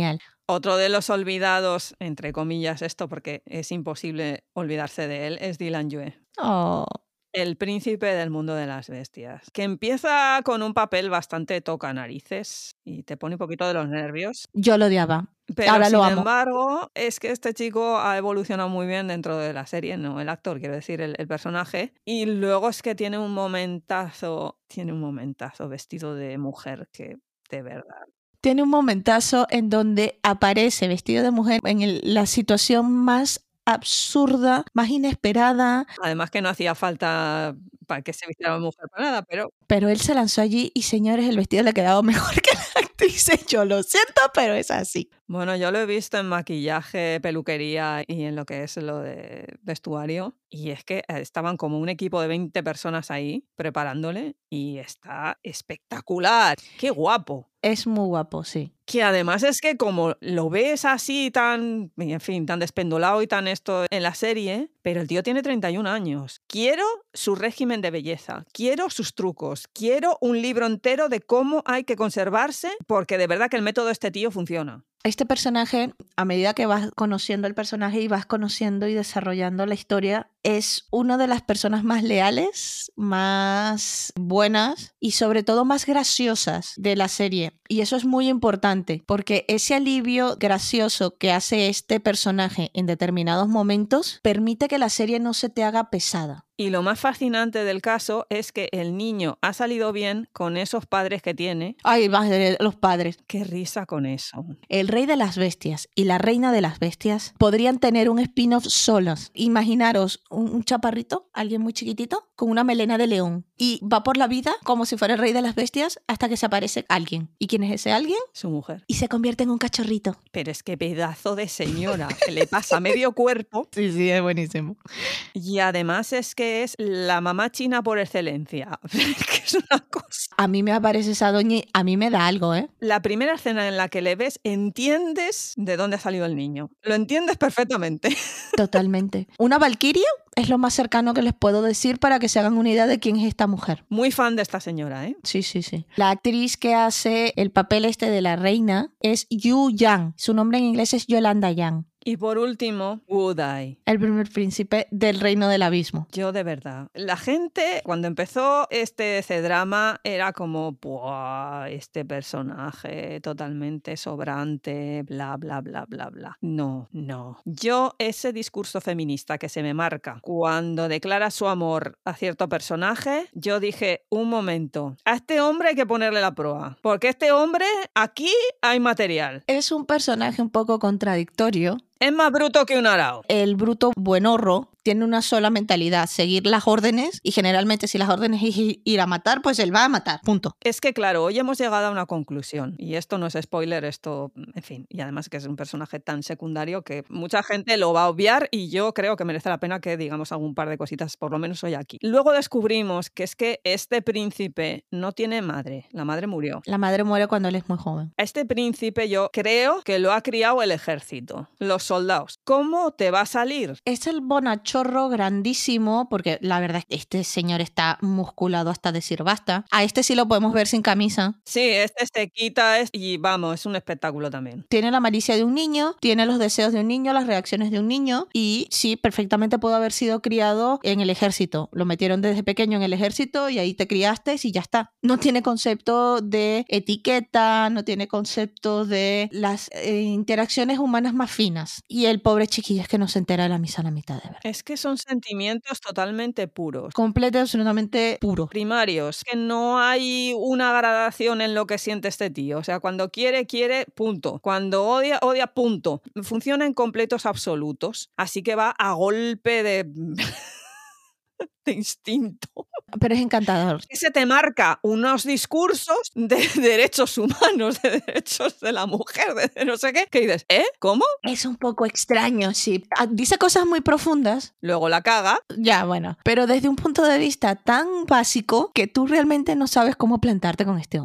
Otro de los olvidados, entre comillas esto, porque es imposible olvidarse de él, es Dylan Yue.
Oh.
El príncipe del mundo de las bestias, que empieza con un papel bastante toca narices y te pone un poquito de los nervios.
Yo lo odiaba.
Pero
Ahora
sin
lo amo.
embargo, es que este chico ha evolucionado muy bien dentro de la serie, no el actor, quiero decir, el, el personaje. Y luego es que tiene un momentazo, tiene un momentazo vestido de mujer que, de verdad.
Tiene un momentazo en donde aparece vestido de mujer en el- la situación más absurda, más inesperada,
Además que no hacía falta para que se vistiera de mujer para nada, pero
pero él se lanzó allí y, señores, el vestido le quedaba mejor que la actriz. Yo lo siento, pero es así.
bueno, yo lo he visto en maquillaje, peluquería y en lo que es lo de vestuario. Y es que eh, estaban como un equipo de veinte personas ahí preparándole y está espectacular. ¡Qué guapo!
Es muy guapo, sí.
Que además es que como lo ves así tan, en fin, tan despendolado y tan esto en la serie, pero el tío tiene treinta y un años. Quiero su régimen de belleza, quiero sus trucos, quiero un libro entero de cómo hay que conservarse, porque de verdad que el método de este tío funciona.
Este personaje, a medida que vas conociendo el personaje y vas conociendo y desarrollando la historia, es una de las personas más leales, más buenas y sobre todo más graciosas de la serie. Y eso es muy importante porque ese alivio gracioso que hace este personaje en determinados momentos permite que la serie no se te haga pesada.
Y lo más fascinante del caso es que el niño ha salido bien con esos padres que tiene.
Ay, madre, los padres.
Qué risa con eso.
El rey de las bestias y la reina de las bestias podrían tener un spin-off solos. Imaginaros un, un chaparrito, alguien muy chiquitito, con una melena de león. Y va por la vida como si fuera el rey de las bestias hasta que se aparece alguien. ¿Y quién es ese alguien?
Su mujer.
Y se convierte en un cachorrito.
Pero es que pedazo de señora, que le pasa medio cuerpo.
Sí, sí, es buenísimo.
Y además es que es la mamá china por excelencia. Que es una cosa.
A mí me aparece esa doña y a mí me da algo, ¿eh?
La primera escena en la que le ves, entiendes de dónde ha salido el niño. Lo entiendes perfectamente.
Totalmente. Una valquiria es lo más cercano que les puedo decir para que se hagan una idea de quién es esta mujer.
Muy fan de esta señora, ¿eh?
Sí, sí, sí. La actriz que hace el papel este de la reina es Yu Yang. Su nombre en inglés es Yolanda Yang.
Y por último, Wudai.
El primer príncipe del reino del abismo.
Yo de verdad. La gente, cuando empezó este C-drama, era como, ¡buah! Este personaje totalmente sobrante, bla, bla, bla, bla, bla. No, no. Yo, ese discurso feminista que se me marca cuando declara su amor a cierto personaje, yo dije, un momento, a este hombre hay que ponerle la proa. Porque este hombre, aquí hay material.
Es un personaje un poco contradictorio.
Es más bruto que un arao.
El bruto buenorro tiene una sola mentalidad, seguir las órdenes, y generalmente si las órdenes es ir a matar, pues él va a matar, punto.
Es que claro, hoy hemos llegado a una conclusión y esto no es spoiler, esto, en fin, y además que es un personaje tan secundario que mucha gente lo va a obviar y yo creo que merece la pena que digamos algún par de cositas, por lo menos hoy aquí. Luego descubrimos que es que este príncipe no tiene madre, la madre murió.
La madre muere cuando él es muy joven.
A este príncipe yo creo que lo ha criado el ejército, los soldados. ¿Cómo te va a salir?
Es el bonachorro grandísimo, porque la verdad es que este señor está musculado hasta decir basta. A este sí lo podemos ver sin camisa.
Sí, este se quita es- y vamos, es un espectáculo también.
Tiene la malicia de un niño, tiene los deseos de un niño, las reacciones de un niño, y sí, perfectamente pudo haber sido criado en el ejército. Lo metieron desde pequeño en el ejército y ahí te criaste y ya está. No tiene concepto de etiqueta, no tiene concepto de las eh, interacciones humanas más finas. Y el pobre chiquillo es que no se entera de la misa a la mitad, de verdad.
Es que son sentimientos totalmente puros.
Completo y absolutamente puro.
Primarios, que no hay una gradación en lo que siente este tío. O sea, cuando quiere, quiere, punto. Cuando odia, odia, punto. Funciona en completos absolutos. Así que va a golpe de, de instinto.
Pero es encantador.
Y se te marca unos discursos de derechos humanos, de derechos de la mujer, de no sé qué, que dices, ¿eh? ¿Cómo?
Es un poco extraño, sí. Ah, dice cosas muy profundas.
Luego la caga.
Ya, bueno. Pero desde un punto de vista tan básico que tú realmente no sabes cómo plantarte con este hombre.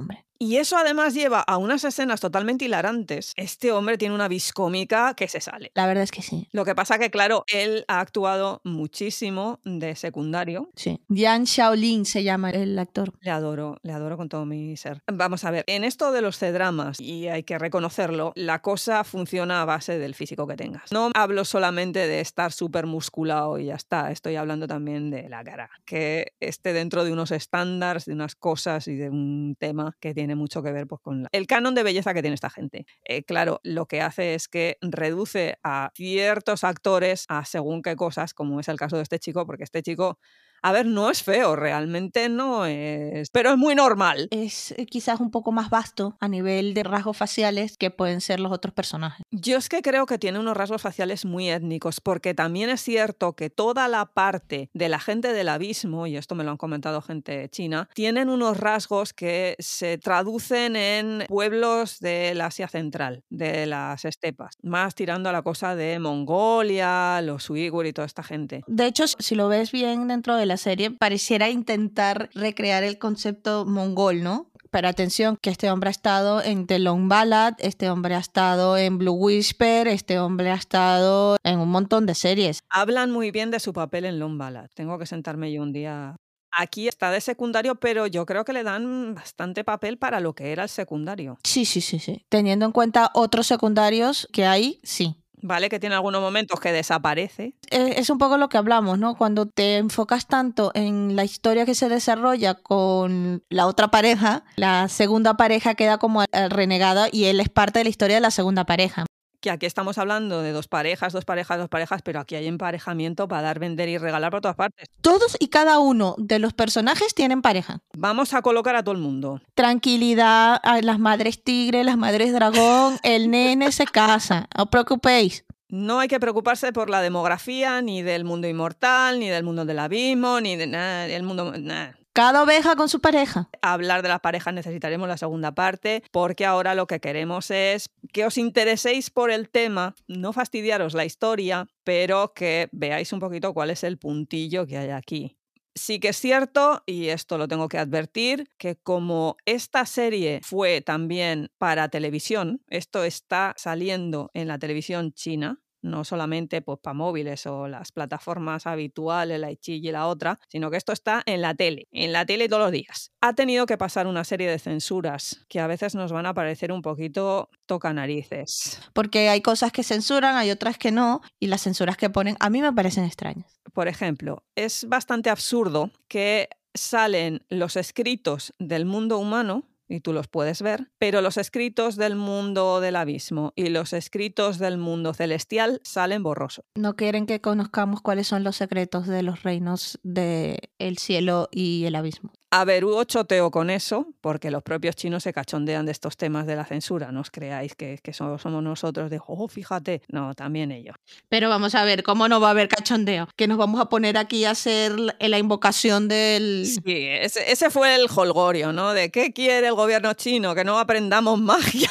Y eso además lleva a unas escenas totalmente hilarantes. Este hombre tiene una viscómica que se sale.
La verdad es que sí.
Lo que pasa que, claro, él ha actuado muchísimo de secundario.
Sí. Yan Xiaolin se llama el actor.
Le adoro, le adoro con todo mi ser. Vamos a ver, en esto de los C-dramas, y hay que reconocerlo, la cosa funciona a base del físico que tengas. No hablo solamente de estar súper musculado y ya está, estoy hablando también de la cara, que esté dentro de unos estándares, de unas cosas y de un tema que tiene mucho que ver pues, con la... el canon de belleza que tiene esta gente. Eh, claro, lo que hace es que reduce a ciertos actores a según qué cosas, como es el caso de este chico, porque este chico... A ver, no es feo, realmente no es, pero es muy normal.
Es eh, quizás un poco más vasto a nivel de rasgos faciales que pueden ser los otros personajes.
Yo es que creo que tiene unos rasgos faciales muy étnicos, porque también es cierto que toda la parte de la gente del abismo, y esto me lo han comentado gente china, tienen unos rasgos que se traducen en pueblos del Asia Central, de las estepas, más tirando a la cosa de Mongolia, los uigur y toda esta gente.
De hecho, si lo ves bien dentro de la serie, pareciera intentar recrear el concepto mongol, ¿no? Pero atención, que este hombre ha estado en The Long Ballad, este hombre ha estado en Blue Whisper, este hombre ha estado en un montón de series.
Hablan muy bien de su papel en Long Ballad. Tengo que sentarme yo un día... Aquí está de secundario, pero yo creo que le dan bastante papel para lo que era el secundario.
Sí, sí, sí, sí. Teniendo en cuenta otros secundarios que hay, sí.
Vale, que tiene algunos momentos que desaparece.
Es un poco lo que hablamos, ¿no? Cuando te enfocas tanto en la historia que se desarrolla con la otra pareja, la segunda pareja queda como renegada y él es parte de la historia de la segunda pareja.
Que aquí estamos hablando de dos parejas, dos parejas, dos parejas, pero aquí hay emparejamiento para dar, vender y regalar por todas partes.
Todos y cada uno de los personajes tienen pareja.
Vamos a colocar a todo el mundo.
Tranquilidad, a las madres tigre, las madres dragón, el nene se casa, no os preocupéis.
No hay que preocuparse por la demografía, ni del mundo inmortal, ni del mundo del abismo, ni de nada, del mundo... Nah.
Cada oveja con su pareja.
Hablar de las parejas necesitaremos la segunda parte, porque ahora lo que queremos es que os intereséis por el tema, no fastidiaros la historia, pero que veáis un poquito cuál es el puntillo que hay aquí. Sí que es cierto, y esto lo tengo que advertir, que como esta serie fue también para televisión, esto está saliendo en la televisión china, no solamente pues, para móviles o las plataformas habituales, la ichi y la otra, sino que esto está en la tele, en la tele todos los días. Ha tenido que pasar una serie de censuras que a veces nos van a parecer un poquito tocanarices.
Porque hay cosas que censuran, hay otras que no, y las censuras que ponen a mí me parecen extrañas.
Por ejemplo, es bastante absurdo que salen los escritos del mundo humano, y tú los puedes ver, pero los escritos del mundo del abismo y los escritos del mundo celestial salen borrosos.
No quieren que conozcamos cuáles son los secretos de los reinos del cielo y el abismo.
A ver, hubo choteo con eso, porque los propios chinos se cachondean de estos temas de la censura. No os creáis que, que somos nosotros de, oh, fíjate. No, también ellos.
Pero vamos a ver, ¿cómo no va a haber cachondeo? Que nos vamos a poner aquí a hacer la invocación del...
Sí, ese, ese fue el jolgorio, ¿no? De ¿qué quiere el gobierno chino? Que no aprendamos magia.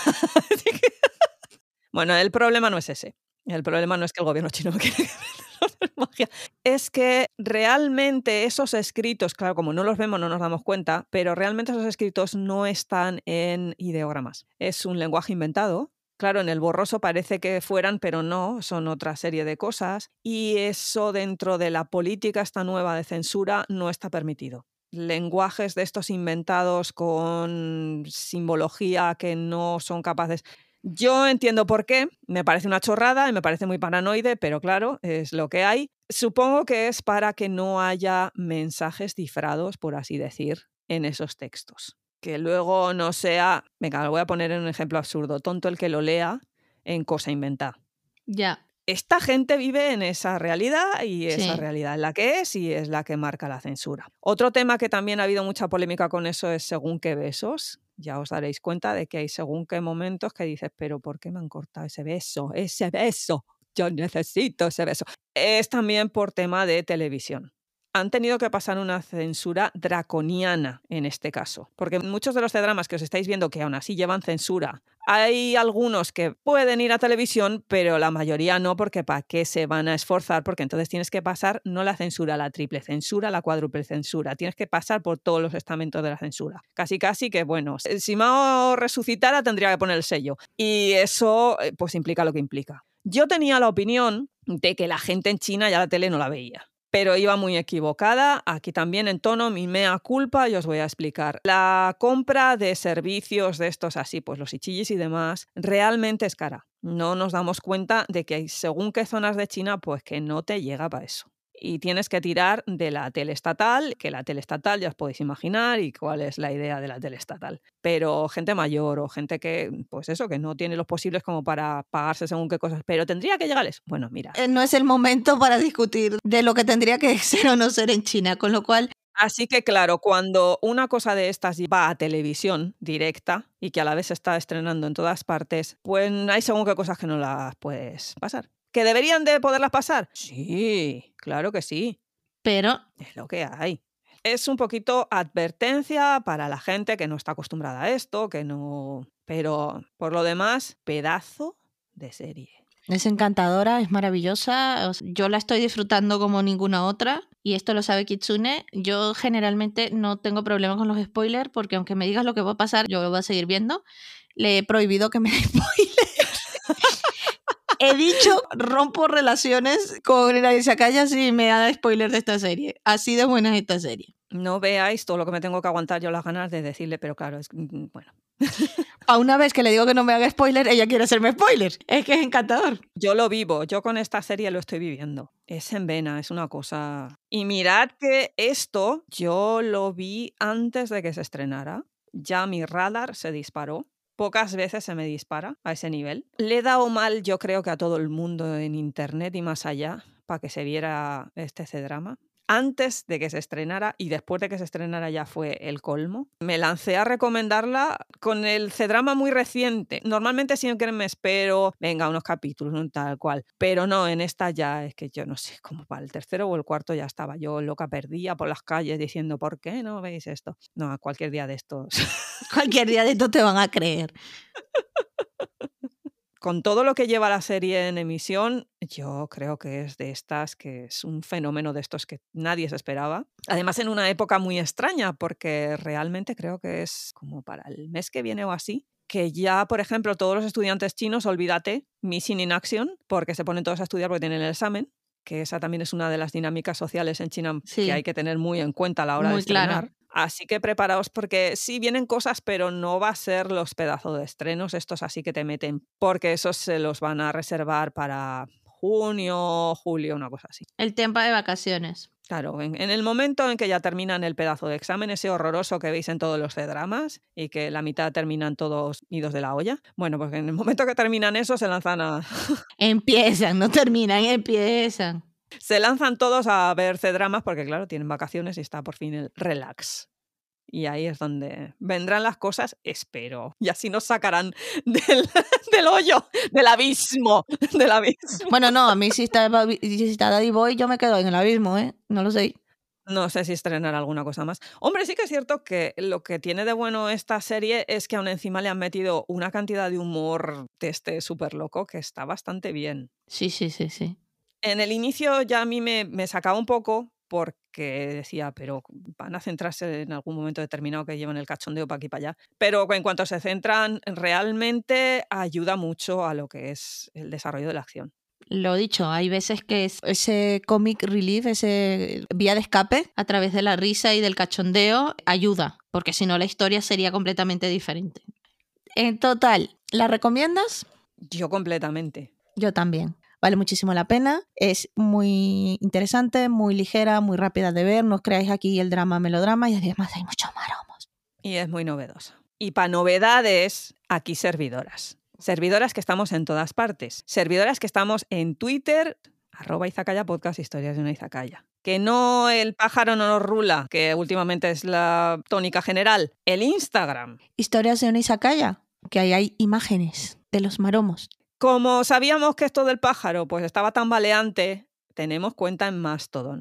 Bueno, el problema no es ese. El problema no es que el gobierno chino no quiere que aprendamos magia. Es que realmente esos escritos, claro, como no los vemos no nos damos cuenta, pero realmente esos escritos no están en ideogramas. Es un lenguaje inventado. Claro, en el borroso parece que fueran, pero no, son otra serie de cosas. Y eso dentro de la política esta nueva de censura no está permitido. Lenguajes de estos inventados con simbología que no son capaces... Yo entiendo por qué, me parece una chorrada y me parece muy paranoide, pero claro, es lo que hay. Supongo que es para que no haya mensajes cifrados, por así decir, en esos textos. Que luego no sea, venga, lo voy a poner en un ejemplo absurdo, tonto el que lo lea en cosa inventada.
Ya.
Esta gente vive en esa realidad y esa
Sí.
realidad es la que es y es la que marca la censura. Otro tema que también ha habido mucha polémica con eso es según qué besos. Ya os daréis cuenta de que hay según qué momentos que dices, pero ¿por qué me han cortado ese beso? Ese beso, yo necesito ese beso. Es también por tema de televisión. Han tenido que pasar una censura draconiana en este caso, porque muchos de los C-dramas que os estáis viendo que aún así llevan censura, hay algunos que pueden ir a televisión, pero la mayoría no, porque ¿para qué se van a esforzar? Porque entonces tienes que pasar no la censura, la triple censura, la cuádruple censura, tienes que pasar por todos los estamentos de la censura. Casi casi que, bueno, si Mao resucitara tendría que poner el sello, y eso pues implica lo que implica. Yo tenía la opinión de que la gente en China ya la tele no la veía. Pero iba muy equivocada. Aquí también en tono, mi mea culpa, y os voy a explicar. La compra de servicios de estos así, pues los ichijis y demás, realmente es cara. No nos damos cuenta de que hay según qué zonas de China, pues que no te llega para eso. Y tienes que tirar de la tele estatal, que la tele estatal ya os podéis imaginar y cuál es la idea de la tele estatal. Pero gente mayor o gente que, pues eso, que no tiene los posibles como para pagarse según qué cosas, pero tendría que llegarles. Bueno, mira.
Eh, no es el momento para discutir de lo que tendría que ser o no ser en China, con lo cual...
Así que claro, cuando una cosa de estas va a televisión directa y que a la vez se está estrenando en todas partes, pues hay según qué cosas que no las puedes pasar. ¿Que deberían de poderlas pasar? Sí, claro que sí.
Pero...
es lo que hay. Es un poquito advertencia para la gente que no está acostumbrada a esto, que no... Pero por lo demás, pedazo de serie.
Es encantadora, es maravillosa. O sea, yo la estoy disfrutando como ninguna otra. Y esto lo sabe Kitsune. Yo generalmente no tengo problemas con los spoilers porque aunque me digas lo que va a pasar, yo lo voy a seguir viendo. Le he prohibido que me dé spoilers. He dicho, rompo relaciones con la Izakaya si me da spoiler de esta serie. Así de buena es esta serie.
No veáis todo lo que me tengo que aguantar yo las ganas de decirle, pero claro, es bueno.
A una vez que le digo que no me haga spoiler, ella quiere hacerme spoiler. Es que es encantador.
Yo lo vivo, yo con esta serie lo estoy viviendo. Es en vena, es una cosa... Y mirad que esto yo lo vi antes de que se estrenara. Ya mi radar se disparó. Pocas veces se me dispara a ese nivel. Le he dado mal, yo creo que a todo el mundo en internet y más allá, para que se viera este C-drama. Antes de que se estrenara y después de que se estrenara ya fue el colmo. Me lancé a recomendarla con el C-drama muy reciente. Normalmente siempre me espero, venga, unos capítulos, ¿no? Tal cual. Pero no, en esta ya es que yo no sé, como para el tercero o el cuarto ya estaba yo loca perdida por las calles diciendo, ¿por qué no veis esto? No, cualquier día de estos.
Cualquier día de esto te van a creer.
Con todo lo que lleva la serie en emisión, yo creo que es de estas que es un fenómeno de estos que nadie se esperaba. Además, en una época muy extraña, porque realmente creo que es como para el mes que viene o así, que ya, por ejemplo, todos los estudiantes chinos, olvídate, Missing in Action, porque se ponen todos a estudiar porque tienen el examen, que esa también es una de las dinámicas sociales en China
Sí.
que hay que tener muy en cuenta a la hora
Muy
de estrenar.
clara.
Así que preparaos porque sí vienen cosas, pero no va a ser los pedazos de estrenos estos así que te meten, porque esos se los van a reservar para junio, julio, una cosa así.
El tiempo de vacaciones.
Claro, en, en el momento en que ya terminan el pedazo de examen, ese horroroso que veis en todos los C-dramas y que la mitad terminan todos idos de la olla, bueno, pues en el momento que terminan eso se lanzan a...
Empiezan, no terminan, empiezan.
Se lanzan todos a ver C-dramas porque, claro, tienen vacaciones y está por fin el relax. Y ahí es donde vendrán las cosas, espero. Y así nos sacarán del, del hoyo, del abismo, del abismo.
Bueno, no, a mí si está, si está Daddy Boy, yo me quedo en el abismo, ¿eh? No lo sé.
No sé si estrenar alguna cosa más. Hombre, sí que es cierto que lo que tiene de bueno esta serie es que aún encima le han metido una cantidad de humor de este súper loco que está bastante bien.
Sí, sí, sí, sí.
En el inicio ya a mí me, me sacaba un poco porque decía, pero van a centrarse en algún momento determinado que llevan el cachondeo para aquí y para allá. Pero en cuanto se centran, realmente ayuda mucho a lo que es el desarrollo de la acción.
Lo dicho, hay veces que es ese comic relief, ese vía de escape a través de la risa y del cachondeo ayuda, porque si no la historia sería completamente diferente. En total, ¿la recomiendas?
Yo completamente.
Yo también. Vale muchísimo la pena, es muy interesante, muy ligera, muy rápida de ver, no os creáis aquí el drama melodrama y además hay muchos maromos.
Y es muy novedosa. Y para novedades, aquí servidoras. Servidoras que estamos en todas partes. Servidoras que estamos en Twitter, arroba Izakaya Podcast, historias de una Izakaya. Que no el pájaro no nos rula, que últimamente es la tónica general. El Instagram.
Historias de una Izakaya, que ahí hay imágenes de los maromos.
Como sabíamos que esto del pájaro pues estaba tan baleante, tenemos cuenta en Mastodon.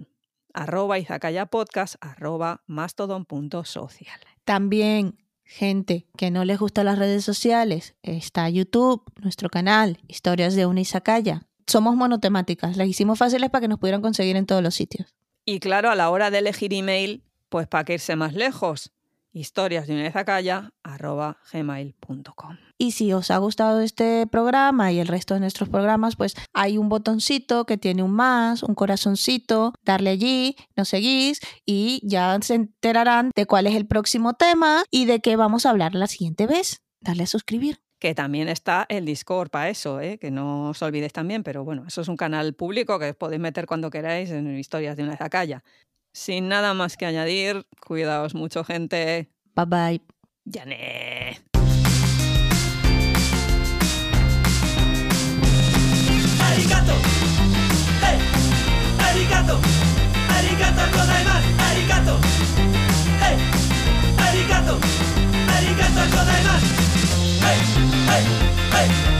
arroba izakayapodcast, arroba mastodon.social.
También, gente que no les gustan las redes sociales, está YouTube, nuestro canal, Historias de una Izakaya. Somos monotemáticas, las hicimos fáciles para que nos pudieran conseguir en todos los sitios.
Y claro, a la hora de elegir email, pues para que irse más lejos, historias de una izakaya arroba gmail punto com.
Y si os ha gustado este programa y el resto de nuestros programas, pues hay un botoncito que tiene un más, un corazoncito, darle allí, nos seguís y ya se enterarán de cuál es el próximo tema y de qué vamos a hablar la siguiente vez. Darle a suscribir.
Que también está el Discord para eso, ¿eh? Que no os olvidéis también, pero bueno, eso es un canal público que os podéis meter cuando queráis en Historias de una Izakaya. Sin nada más que añadir, cuidaos mucho, gente.
Bye bye.
¡Yané!
Arigato, hey, arigato, arigato gozaimasu, arigato, hey, arigato, arigato gozaimasu, hey, hey, hey.